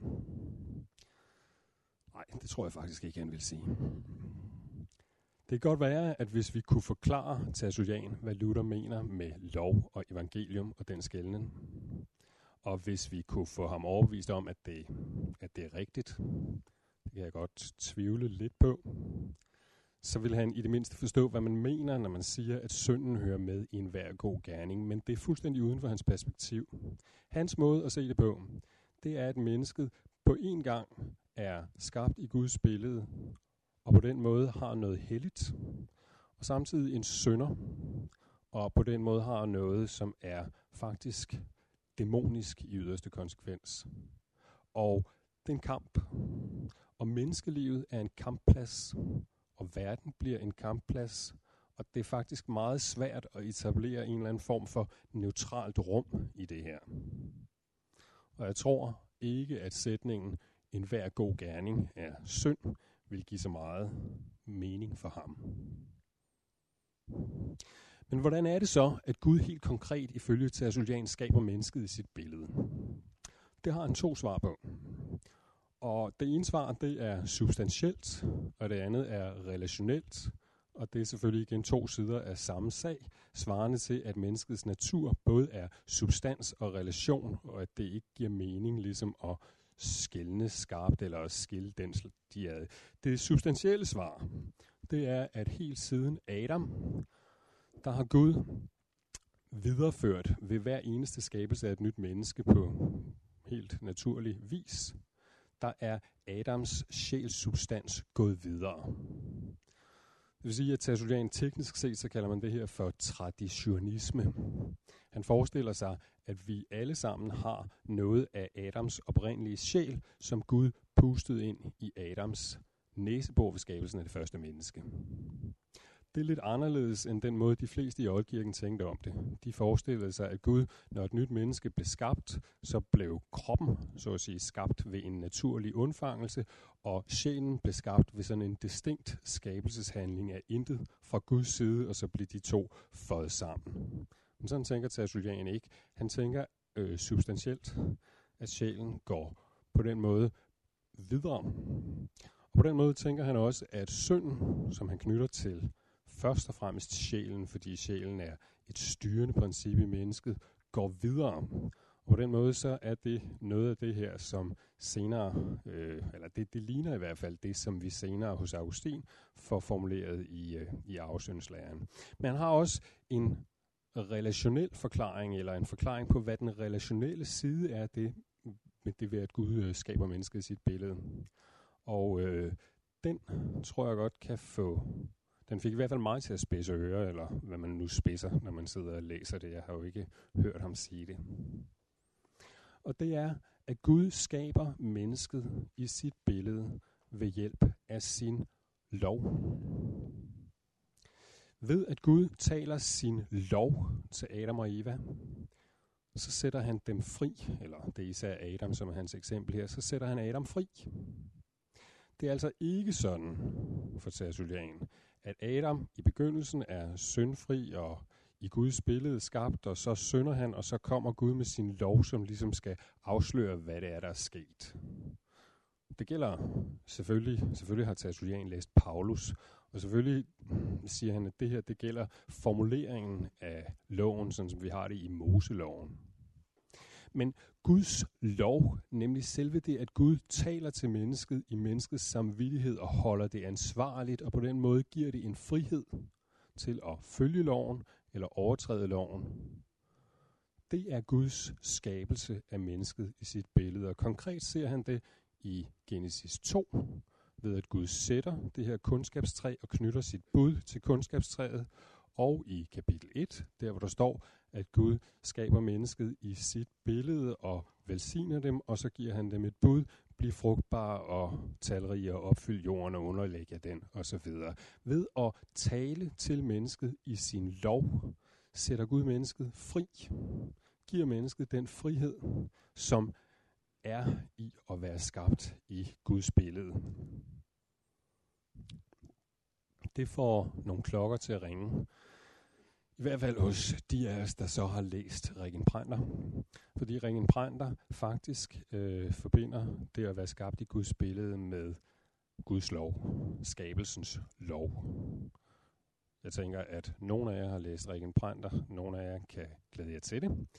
Speaker 1: Nej, det tror jeg faktisk ikke, han vil sige. Det kan godt være, at hvis vi kunne forklare Tertullian, hvad Luther mener med lov og evangelium og den skelnen, og hvis vi kunne få ham overbevist om, at det er rigtigt, det kan jeg godt tvivle lidt på, så vil han i det mindste forstå, hvad man mener, når man siger, at synden hører med i enhver god gerning. Men det er fuldstændig uden for hans perspektiv. Hans måde at se det på, det er, at mennesket på en gang er skabt i Guds billede, og på den måde har noget helligt, og samtidig en synder, og på den måde har noget, som er faktisk dæmonisk i yderste konsekvens. Og det er en kamp, og menneskelivet er en kampplads, og verden bliver en kampplads, og det er faktisk meget svært at etablere en eller anden form for neutralt rum i det her. Og jeg tror ikke, at sætningen enhver god gerning er synd, vil give så meget mening for ham. Men hvordan er det så, at Gud helt konkret ifølge Tertullian skaber mennesket i sit billede? Det har han to svar på. Og det ene svar, det er substantielt, og det andet er relationelt. Og det er selvfølgelig igen to sider af samme sag, svarende til, at menneskets natur både er substans og relation, og at det ikke giver mening ligesom at skelne skarpt eller at skille den de ad. Det substantielle svar, det er, at helt siden Adam, der har Gud videreført ved hver eneste skabelse af et nyt menneske på helt naturlig vis, der er Adams sjælssubstans gået videre. Det vil sige, at Tertullian teknisk set, så kalder man det her for traditionisme. Han forestiller sig, at vi alle sammen har noget af Adams oprindelige sjæl, som Gud pustede ind i Adams næsebor ved skabelsen af det første menneske. Det er lidt anderledes end den måde, de fleste i oldkirken tænkte om det. De forestillede sig, at Gud, når et nyt menneske blev skabt, så blev kroppen, så at sige, skabt ved en naturlig undfangelse, og sjælen blev skabt ved sådan en distinkt skabelseshandling af intet fra Guds side, og så blev de to føjet sammen. Men sådan tænker Tertullian ikke. Han tænker substantielt, at sjælen går på den måde videre. Og på den måde tænker han også, at synden, som han knytter til først og fremmest sjælen, fordi sjælen er et styrende princip i mennesket, går videre. Og på den måde så er det noget af det her, som senere, eller det ligner i hvert fald det, som vi senere hos Augustin får formuleret i arvesyndslæren. Men han har også en relationel forklaring, eller en forklaring på, hvad den relationelle side er det ved, at Gud skaber mennesket i sit billede. Og den tror jeg godt kan få... Den fik i hvert fald mig til at spidse ører, eller hvad man nu spidser, når man sidder og læser det. Jeg har jo ikke hørt ham sige det. Og det er, at Gud skaber mennesket i sit billede ved hjælp af sin lov. Ved at Gud taler sin lov til Adam og Eva, så sætter han dem fri, eller det er især Adam, som er hans eksempel her, så sætter han Adam fri. Det er altså ikke sådan, for Tertullian, at Adam i begyndelsen er syndfri og i Guds billede skabt, og så synder han, og så kommer Gud med sin lov, som ligesom skal afsløre, hvad det er, der er sket. Det gælder selvfølgelig har Tertullian læst Paulus, og selvfølgelig siger han, at det her, det gælder formuleringen af loven, sådan som vi har det i Moseloven. Men Guds lov, nemlig selve det, at Gud taler til mennesket i menneskets samvittighed og holder det ansvarligt, og på den måde giver det en frihed til at følge loven eller overtræde loven. Det er Guds skabelse af mennesket i sit billede, og konkret ser han det i Genesis 2, ved at Gud sætter det her kundskabstræ og knytter sit bud til kundskabstræet, og i kapitel 1, der hvor der står, at Gud skaber mennesket i sit billede og velsigner dem, og så giver han dem et bud, bliv frugtbare og talrige og opfyld jorden og underlæg af den, osv. Ved at tale til mennesket i sin lov, sætter Gud mennesket fri, giver mennesket den frihed, som er i at være skabt i Guds billede. Det får nogle klokker til at ringe. I hvert fald hos de af os, der så har læst Regenprænder. Fordi Regenprænder faktisk forbinder det at være skabt i Guds billede med Guds lov, skabelsens lov. Jeg tænker, at nogle af jer har læst Regenprænder, nogle af jer kan glæde jer til det.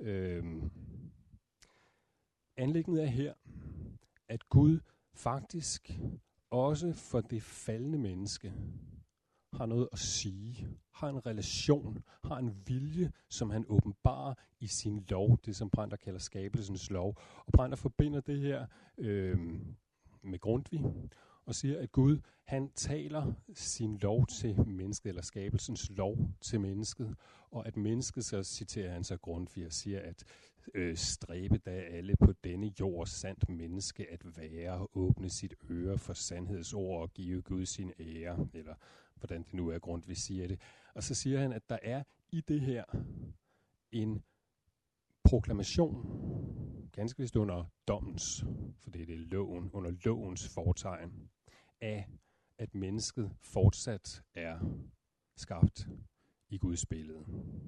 Speaker 1: Anliggende er her, at Gud faktisk også for det faldne menneske har noget at sige, har en relation, har en vilje, som han åbenbarer i sin lov, det som Brønder kalder skabelsens lov. Og Brønder forbinder det her med Grundtvig, og siger, at Gud, han taler sin lov til mennesket, eller skabelsens lov til mennesket, og at mennesket, så citerer han så Grundtvig og siger, at stræbe da alle på denne jord sandt menneske at være, åbne sit øre for sandhedsord og give Gud sin ære, eller hvordan det nu er, Grundtvig siger det. Og så siger han, at der er i det her en proklamation, ganske vist under dommens, for det er loven, under lovens fortegn, af at mennesket fortsat er skabt i Guds billede.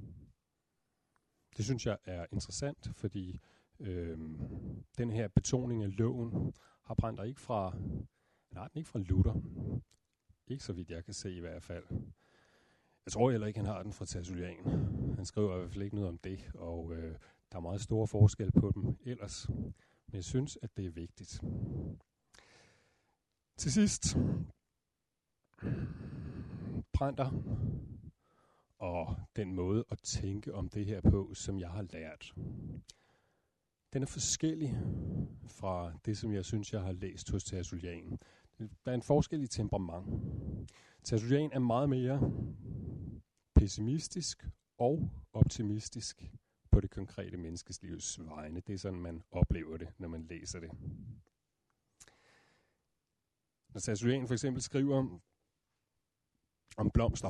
Speaker 1: Det synes jeg er interessant, fordi den her betoning af loven har Brønder ikke fra Luther. Ikke så vidt jeg kan se i hvert fald. Jeg tror heller ikke, han har den fra Tertullian. Han skriver i hvert fald ikke noget om det, og der er meget store forskel på dem ellers. Men jeg synes, at det er vigtigt. Til sidst, Brønder og den måde at tænke om det her på, som jeg har lært. Den er forskellig fra det, som jeg synes, jeg har læst hos Tertullian. Der er en forskel i temperament. Tertullian er meget mere pessimistisk og optimistisk på det konkrete menneskes livs vegne. Det er sådan, man oplever det, når man læser det. Når Tertullian for eksempel skriver om blomster,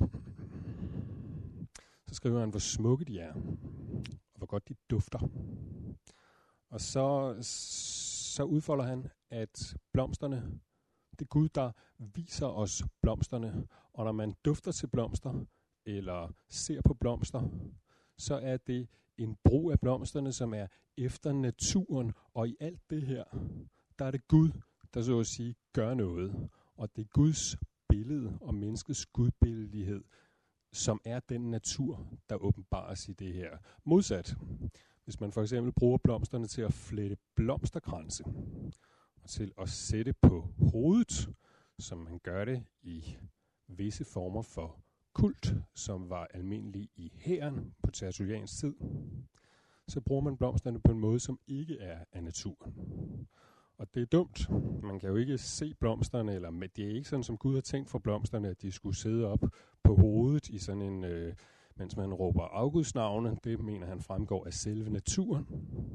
Speaker 1: så skriver han, hvor smukke de er, og hvor godt de dufter. Og så udfolder han, at blomsterne, det er Gud, der viser os blomsterne. Og når man dufter til blomster, eller ser på blomster, så er det en brug af blomsterne, som er efter naturen. Og i alt det her, der er det Gud, der så at sige gør noget. Og det er Guds billede og menneskets gudbilledighed, som er den natur, der åbenbares i det her. Modsat, hvis man for eksempel bruger blomsterne til at flette blomsterkranse, og til at sætte på hovedet, som man gør det i visse former for kult, som var almindelig i hæren på Tertullians tid, så bruger man blomsterne på en måde, som ikke er af naturen. Og det er dumt. Man kan jo ikke se blomsterne, eller det er ikke sådan, som Gud har tænkt for blomsterne, at de skulle sidde op på hovedet i sådan en, mens man råber afgudsnavne. Det mener han fremgår af selve naturen.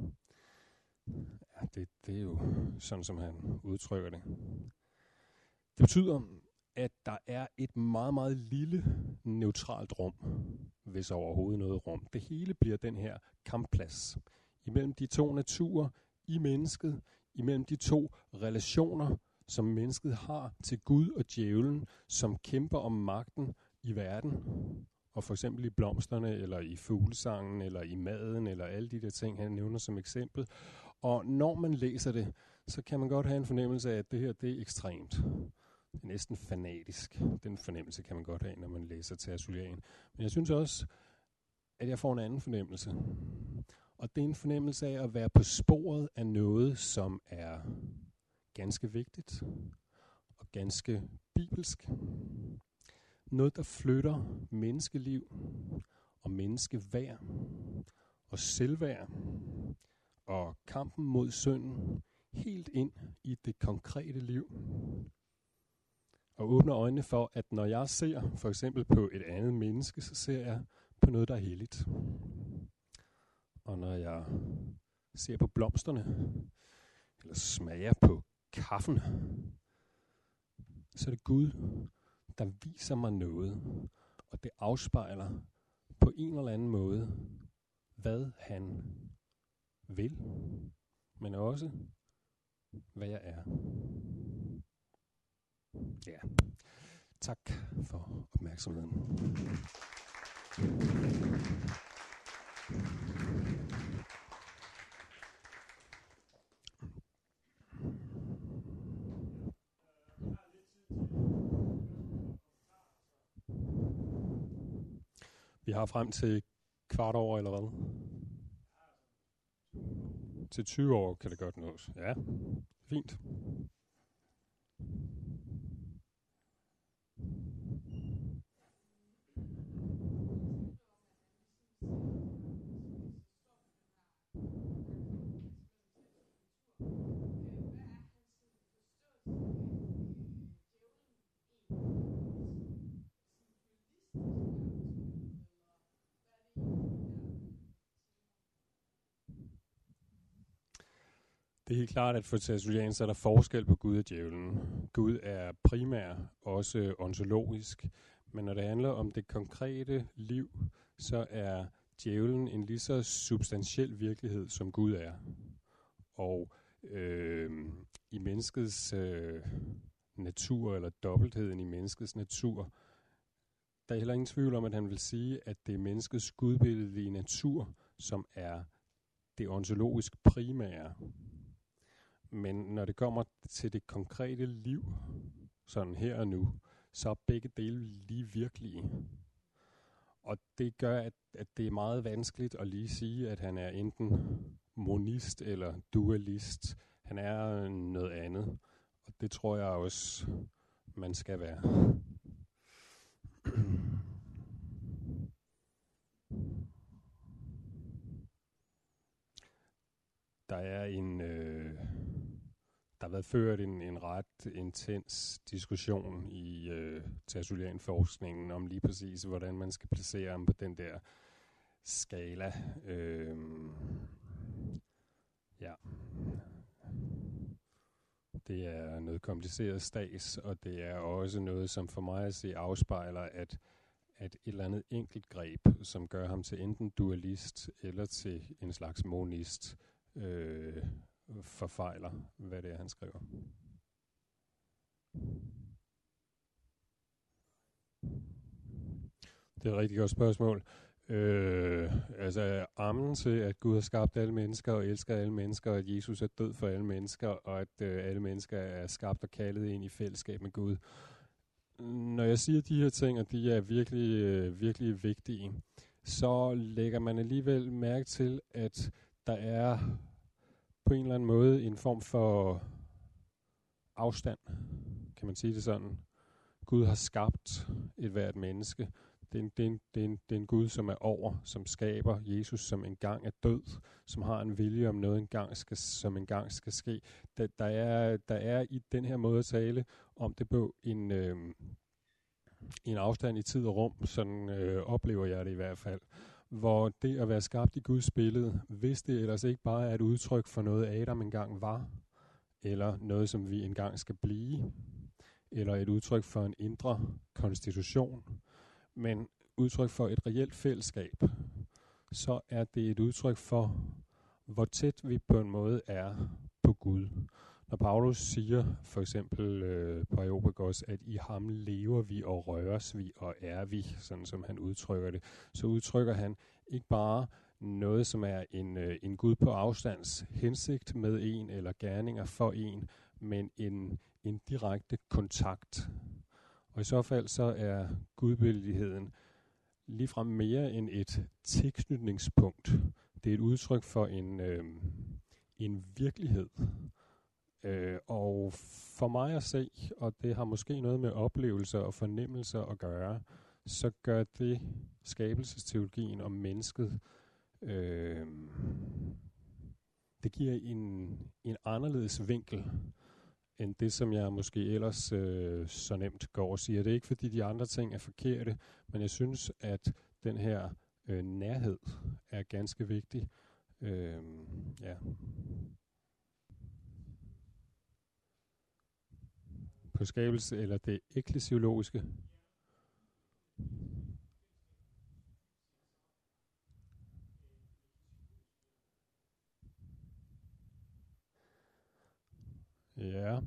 Speaker 1: Ja, det er jo sådan, som han udtrykker det. Det betyder, at der er et meget, meget lille neutralt rum, hvis overhovedet noget rum. Det hele bliver den her kampplads imellem de to naturer, i mennesket, imellem de to relationer, som mennesket har til Gud og djævlen, som kæmper om magten i verden, og for eksempel i blomsterne, eller i fuglesangen, eller i maden, eller alle de der ting, han nævner som eksempel. Og når man læser det, så kan man godt have en fornemmelse af, at det her, det er ekstremt. Det er næsten fanatisk. Den fornemmelse kan man godt have, når man læser Tertullian. Men jeg synes også, at jeg får en anden fornemmelse. Og det er en fornemmelse af at være på sporet af noget, som er ganske vigtigt og ganske bibelsk. Noget, der flytter menneskeliv og menneskeværd og selvværd og kampen mod synden helt ind i det konkrete liv. Og åbner øjnene for, at når jeg ser for eksempel på et andet menneske, så ser jeg på noget, der er helligt. Og når jeg ser på blomsterne, eller smager på kaffen, så er det Gud, der viser mig noget. Og det afspejler på en eller anden måde, hvad han vil, men også, hvad jeg er. Ja, tak for opmærksomheden. Vi har frem til kvart år, eller hvad? Til 20 år kan det godt nås. Ja, fint. Det er helt klart, at for Tertullian så er der forskel på Gud og djævlen. Gud er primær, også ontologisk, men når det handler om det konkrete liv, så er djævlen en lige så substantiel virkelighed, som Gud er. Og i menneskets natur, eller dobbeltheden i menneskets natur, der er heller ingen tvivl om, at han vil sige, at det er menneskets gudbilledige natur, som er det ontologisk primære. Men når det kommer til det konkrete liv, sådan her og nu, så er begge dele lige virkelige. Og det gør, at det er meget vanskeligt at lige sige, at han er enten monist eller dualist. Han er noget andet. Og det tror jeg også, man skal være. Der har været ført en ret intens diskussion i tertialforskningen om lige præcis, hvordan man skal placere ham på den der skala. Ja. Det er noget kompliceret stads, og det er også noget, som for mig at se afspejler, at et eller andet enkelt greb, som gør ham til enten dualist eller til en slags monist, forfejler, hvad det er, han skriver. Det er et rigtig godt spørgsmål. Altså ammen til, at Gud har skabt alle mennesker og elsker alle mennesker, og at Jesus er død for alle mennesker, og at alle mennesker er skabt og kaldet ind i fællesskab med Gud. Når jeg siger de her ting, og de er virkelig vigtige, så lægger man alligevel mærke til, at der er på en eller anden måde en form for afstand, kan man sige det sådan. Gud har skabt et hvert menneske. Det er en Gud, som er over, som skaber. Jesus, som engang er død, som har en vilje om noget, som engang skal ske. Der er i den her måde at tale om det på en afstand i tid og rum, sådan oplever jeg det i hvert fald. Hvor det at være skabt i Guds billede, hvis det ellers ikke bare er et udtryk for noget, Adam engang var, eller noget, som vi engang skal blive, eller et udtryk for en indre konstitution, men udtryk for et reelt fællesskab, så er det et udtryk for, hvor tæt vi på en måde er på Gud. Når Paulus siger for eksempel på Areopagos, at i ham lever vi og røres vi og er vi, sådan som han udtrykker det, så udtrykker han ikke bare noget, som er en Gud på afstands hensigt med en eller gerninger for en, men en direkte kontakt. Og i så fald så er gudbilligheden ligefrem mere end et tilknytningspunkt. Det er et udtryk for en virkelighed. Og for mig at se, og det har måske noget med oplevelser og fornemmelser at gøre, så gør det skabelsesteologien om mennesket, det giver en anderledes vinkel, end det, som jeg måske ellers så nemt går og siger. Det er ikke, fordi de andre ting er forkerte, men jeg synes, at den her nærhed er ganske vigtig. Ja. På skabelse, eller det eklesiologiske. Ja.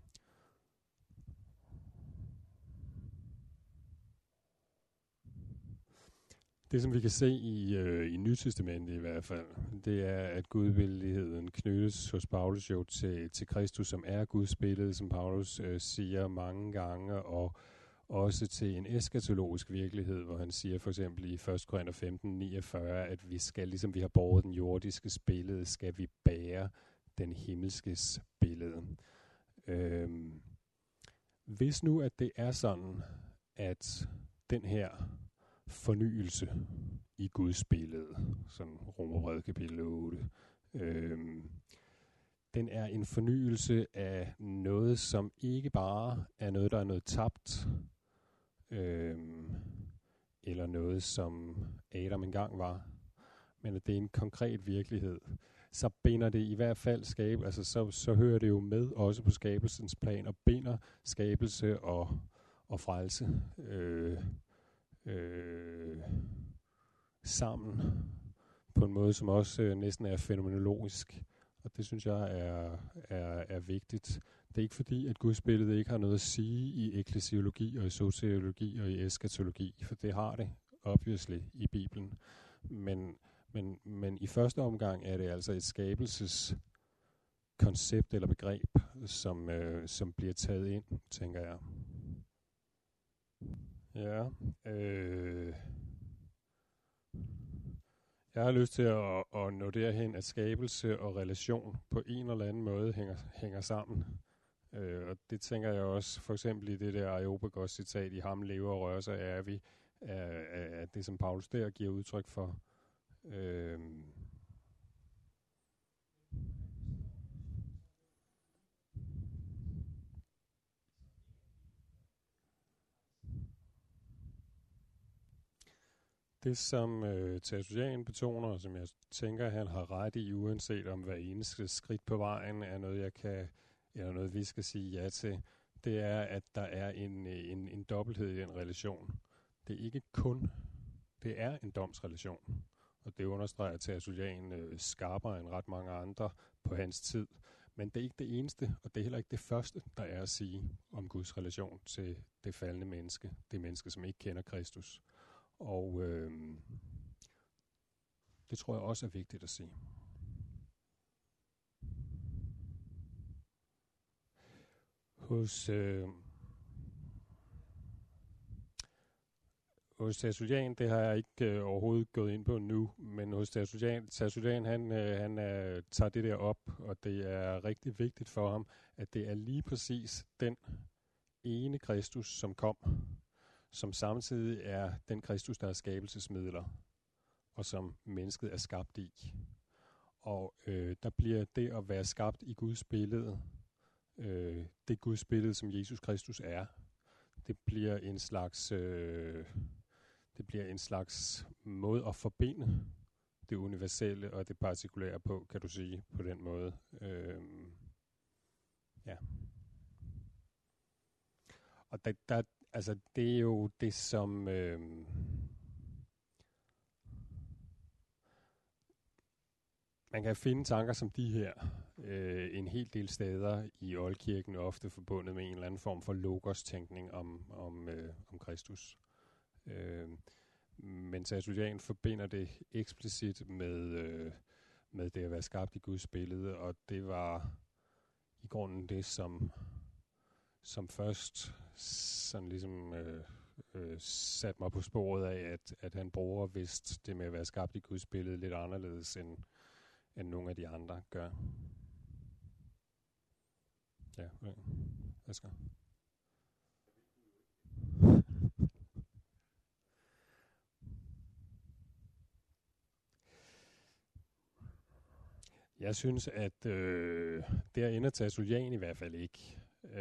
Speaker 1: Det, som vi kan se i Nytestamentet i hvert fald, det er, at gudvilligheden knyttes hos Paulus jo til Kristus, som er Guds billede, som Paulus siger mange gange, og også til en eskatologisk virkelighed, hvor han siger for eksempel i 1. Korinther 15:49, at vi skal, ligesom vi har båret den jordiske billede, skal vi bære den himmelskes billede. Hvis nu, at det er sådan, at den her fornyelse i Guds billede, som Romerbrevet kapitel 8, den er en fornyelse af noget, som ikke bare er noget, der er noget tabt, eller noget, som Adam engang var, men at det er en konkret virkelighed, så binder det i hvert fald så hører det jo med også på skabelsens plan, og binder skabelse og frelse sammen på en måde, som også næsten er fænomenologisk. Og det synes jeg er vigtigt. Det er ikke fordi, at Guds billede ikke har noget at sige i eklesiologi og i soteriologi og i eskatologi, for det har det obviously i Bibelen. Men i første omgang er det altså et skabelseskoncept eller begreb, som bliver taget ind, tænker jeg. Ja, jeg har lyst til at nå derhen, at skabelse og relation på en eller anden måde hænger sammen. Og det tænker jeg også, for eksempel i det der Areopagos citat, i ham lever og rører sig er vi, er det, som Paulus der giver udtryk for. Det, som Tertullian betoner, og som jeg tænker, han har ret i, uanset om hver eneste skridt på vejen er noget, eller noget, vi skal sige ja til, det er, at der er en dobbelthed i den relation. Det er ikke kun, det er en domsrelation. Og det understreger Tertullian skarpere end ret mange andre på hans tid. Men det er ikke det eneste, og det er heller ikke det første, der er at sige om Guds relation til det faldne menneske. Det menneske, som ikke kender Kristus. Og det tror jeg også er vigtigt at sige. Hos Tertullian, det har jeg ikke overhovedet gået ind på nu, men hos Tertullian han tager det der op, og det er rigtig vigtigt for ham, at det er lige præcis den ene Kristus, som kom, som samtidig er den Kristus, der er skabelsesmidler, og som mennesket er skabt i. Og der bliver det at være skabt i Guds billede, det Guds billede, som Jesus Kristus er, det bliver en slags måde at forbinde det universelle og det partikulære på, kan du sige, på den måde. Ja. Og altså, det er jo det, som man kan finde tanker som de her en hel del steder i oldkirken, ofte forbundet med en eller anden form for logos-tænkning om Kristus. Men Tertullian forbinder det eksplicit med det at være skabt i Guds billede, og det var i grunden det, som først sådan ligesom satte mig på sporet af, at han bruger vist det med at være skabt i Guds billede lidt anderledes end nogle af de andre gør. Ja, Asger. Jeg synes, at der ender Tertullian i hvert fald ikke.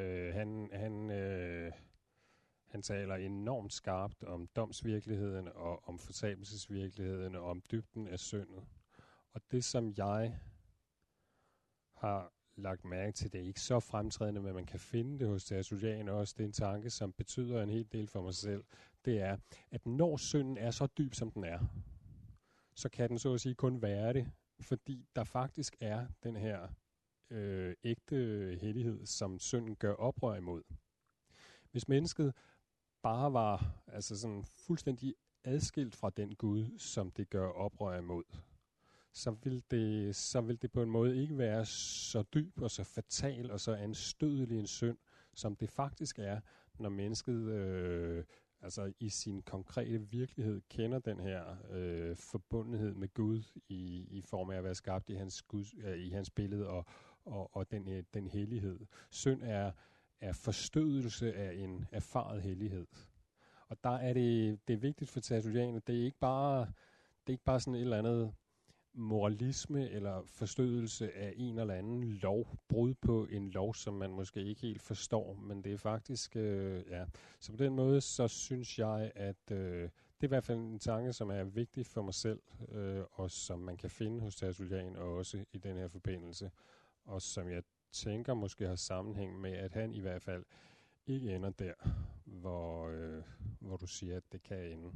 Speaker 1: Han taler enormt skarpt om domsvirkeligheden og om fortabelsesvirkeligheden og om dybden af syndet. Og det, som jeg har lagt mærke til, det er ikke så fremtrædende, men man kan finde det hos Tertullian også. Det er en tanke, som betyder en hel del for mig selv. Det er, at når synden er så dyb, som den er, så kan den så at sige kun være det, fordi der faktisk er den her ægte hellighed, som synden gør oprør imod. Hvis mennesket bare var altså sådan fuldstændig adskilt fra den Gud, som det gør oprør imod, så vil det på en måde ikke være så dyb og så fatal og så anstødelig en synd, som det faktisk er, når mennesket altså i sin konkrete virkelighed kender den her forbundenhed med Gud i form af at være skabt i hans billede og den hellighed. Synd er forstødelse af en erfaret hellighed. Og der er det er vigtigt for Tertullian, at det er ikke bare sådan et eller andet moralisme eller forstødelse af en eller anden lov, brud på en lov, som man måske ikke helt forstår, men det er faktisk, Så på den måde, så synes jeg, at det er i hvert fald en tanke, som er vigtig for mig selv, og som man kan finde hos Tertullian og også i den her forbindelse, og som jeg tænker måske har sammenhæng med, at han i hvert fald ikke ender der, hvor du siger, at det kan ende.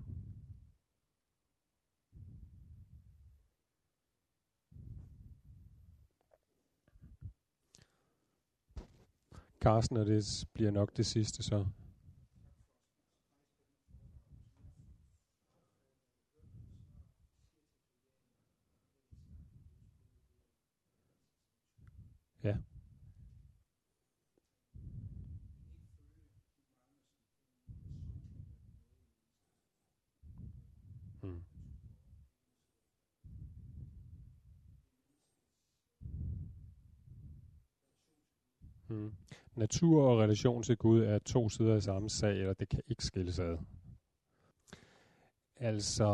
Speaker 1: Carsten, og det bliver nok det sidste så. Ja. Natur og relation til Gud er to sider af samme sag, eller det kan ikke skilles ad. Altså,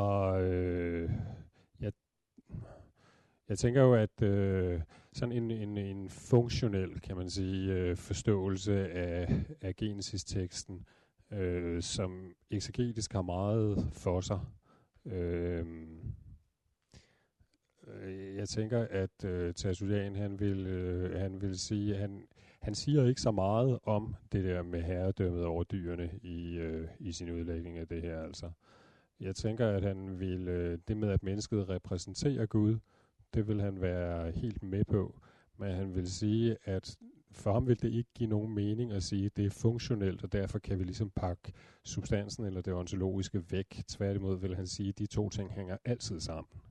Speaker 1: jeg tænker jo, at sådan en funktionel, kan man sige, forståelse af Genesis-teksten, som eksegetisk har meget for sig, Jeg tænker, at Tertullian, han vil sige, han siger ikke så meget om det der med herredømmet over dyrene i sin udlægning af det her. Altså, jeg tænker, at han vil det med, at mennesket repræsenterer Gud, det vil han være helt med på. Men han vil sige, at for ham vil det ikke give nogen mening at sige, at det er funktionelt, og derfor kan vi ligesom pakke substansen eller det ontologiske væk. Tværtimod vil han sige, at de to ting hænger altid sammen.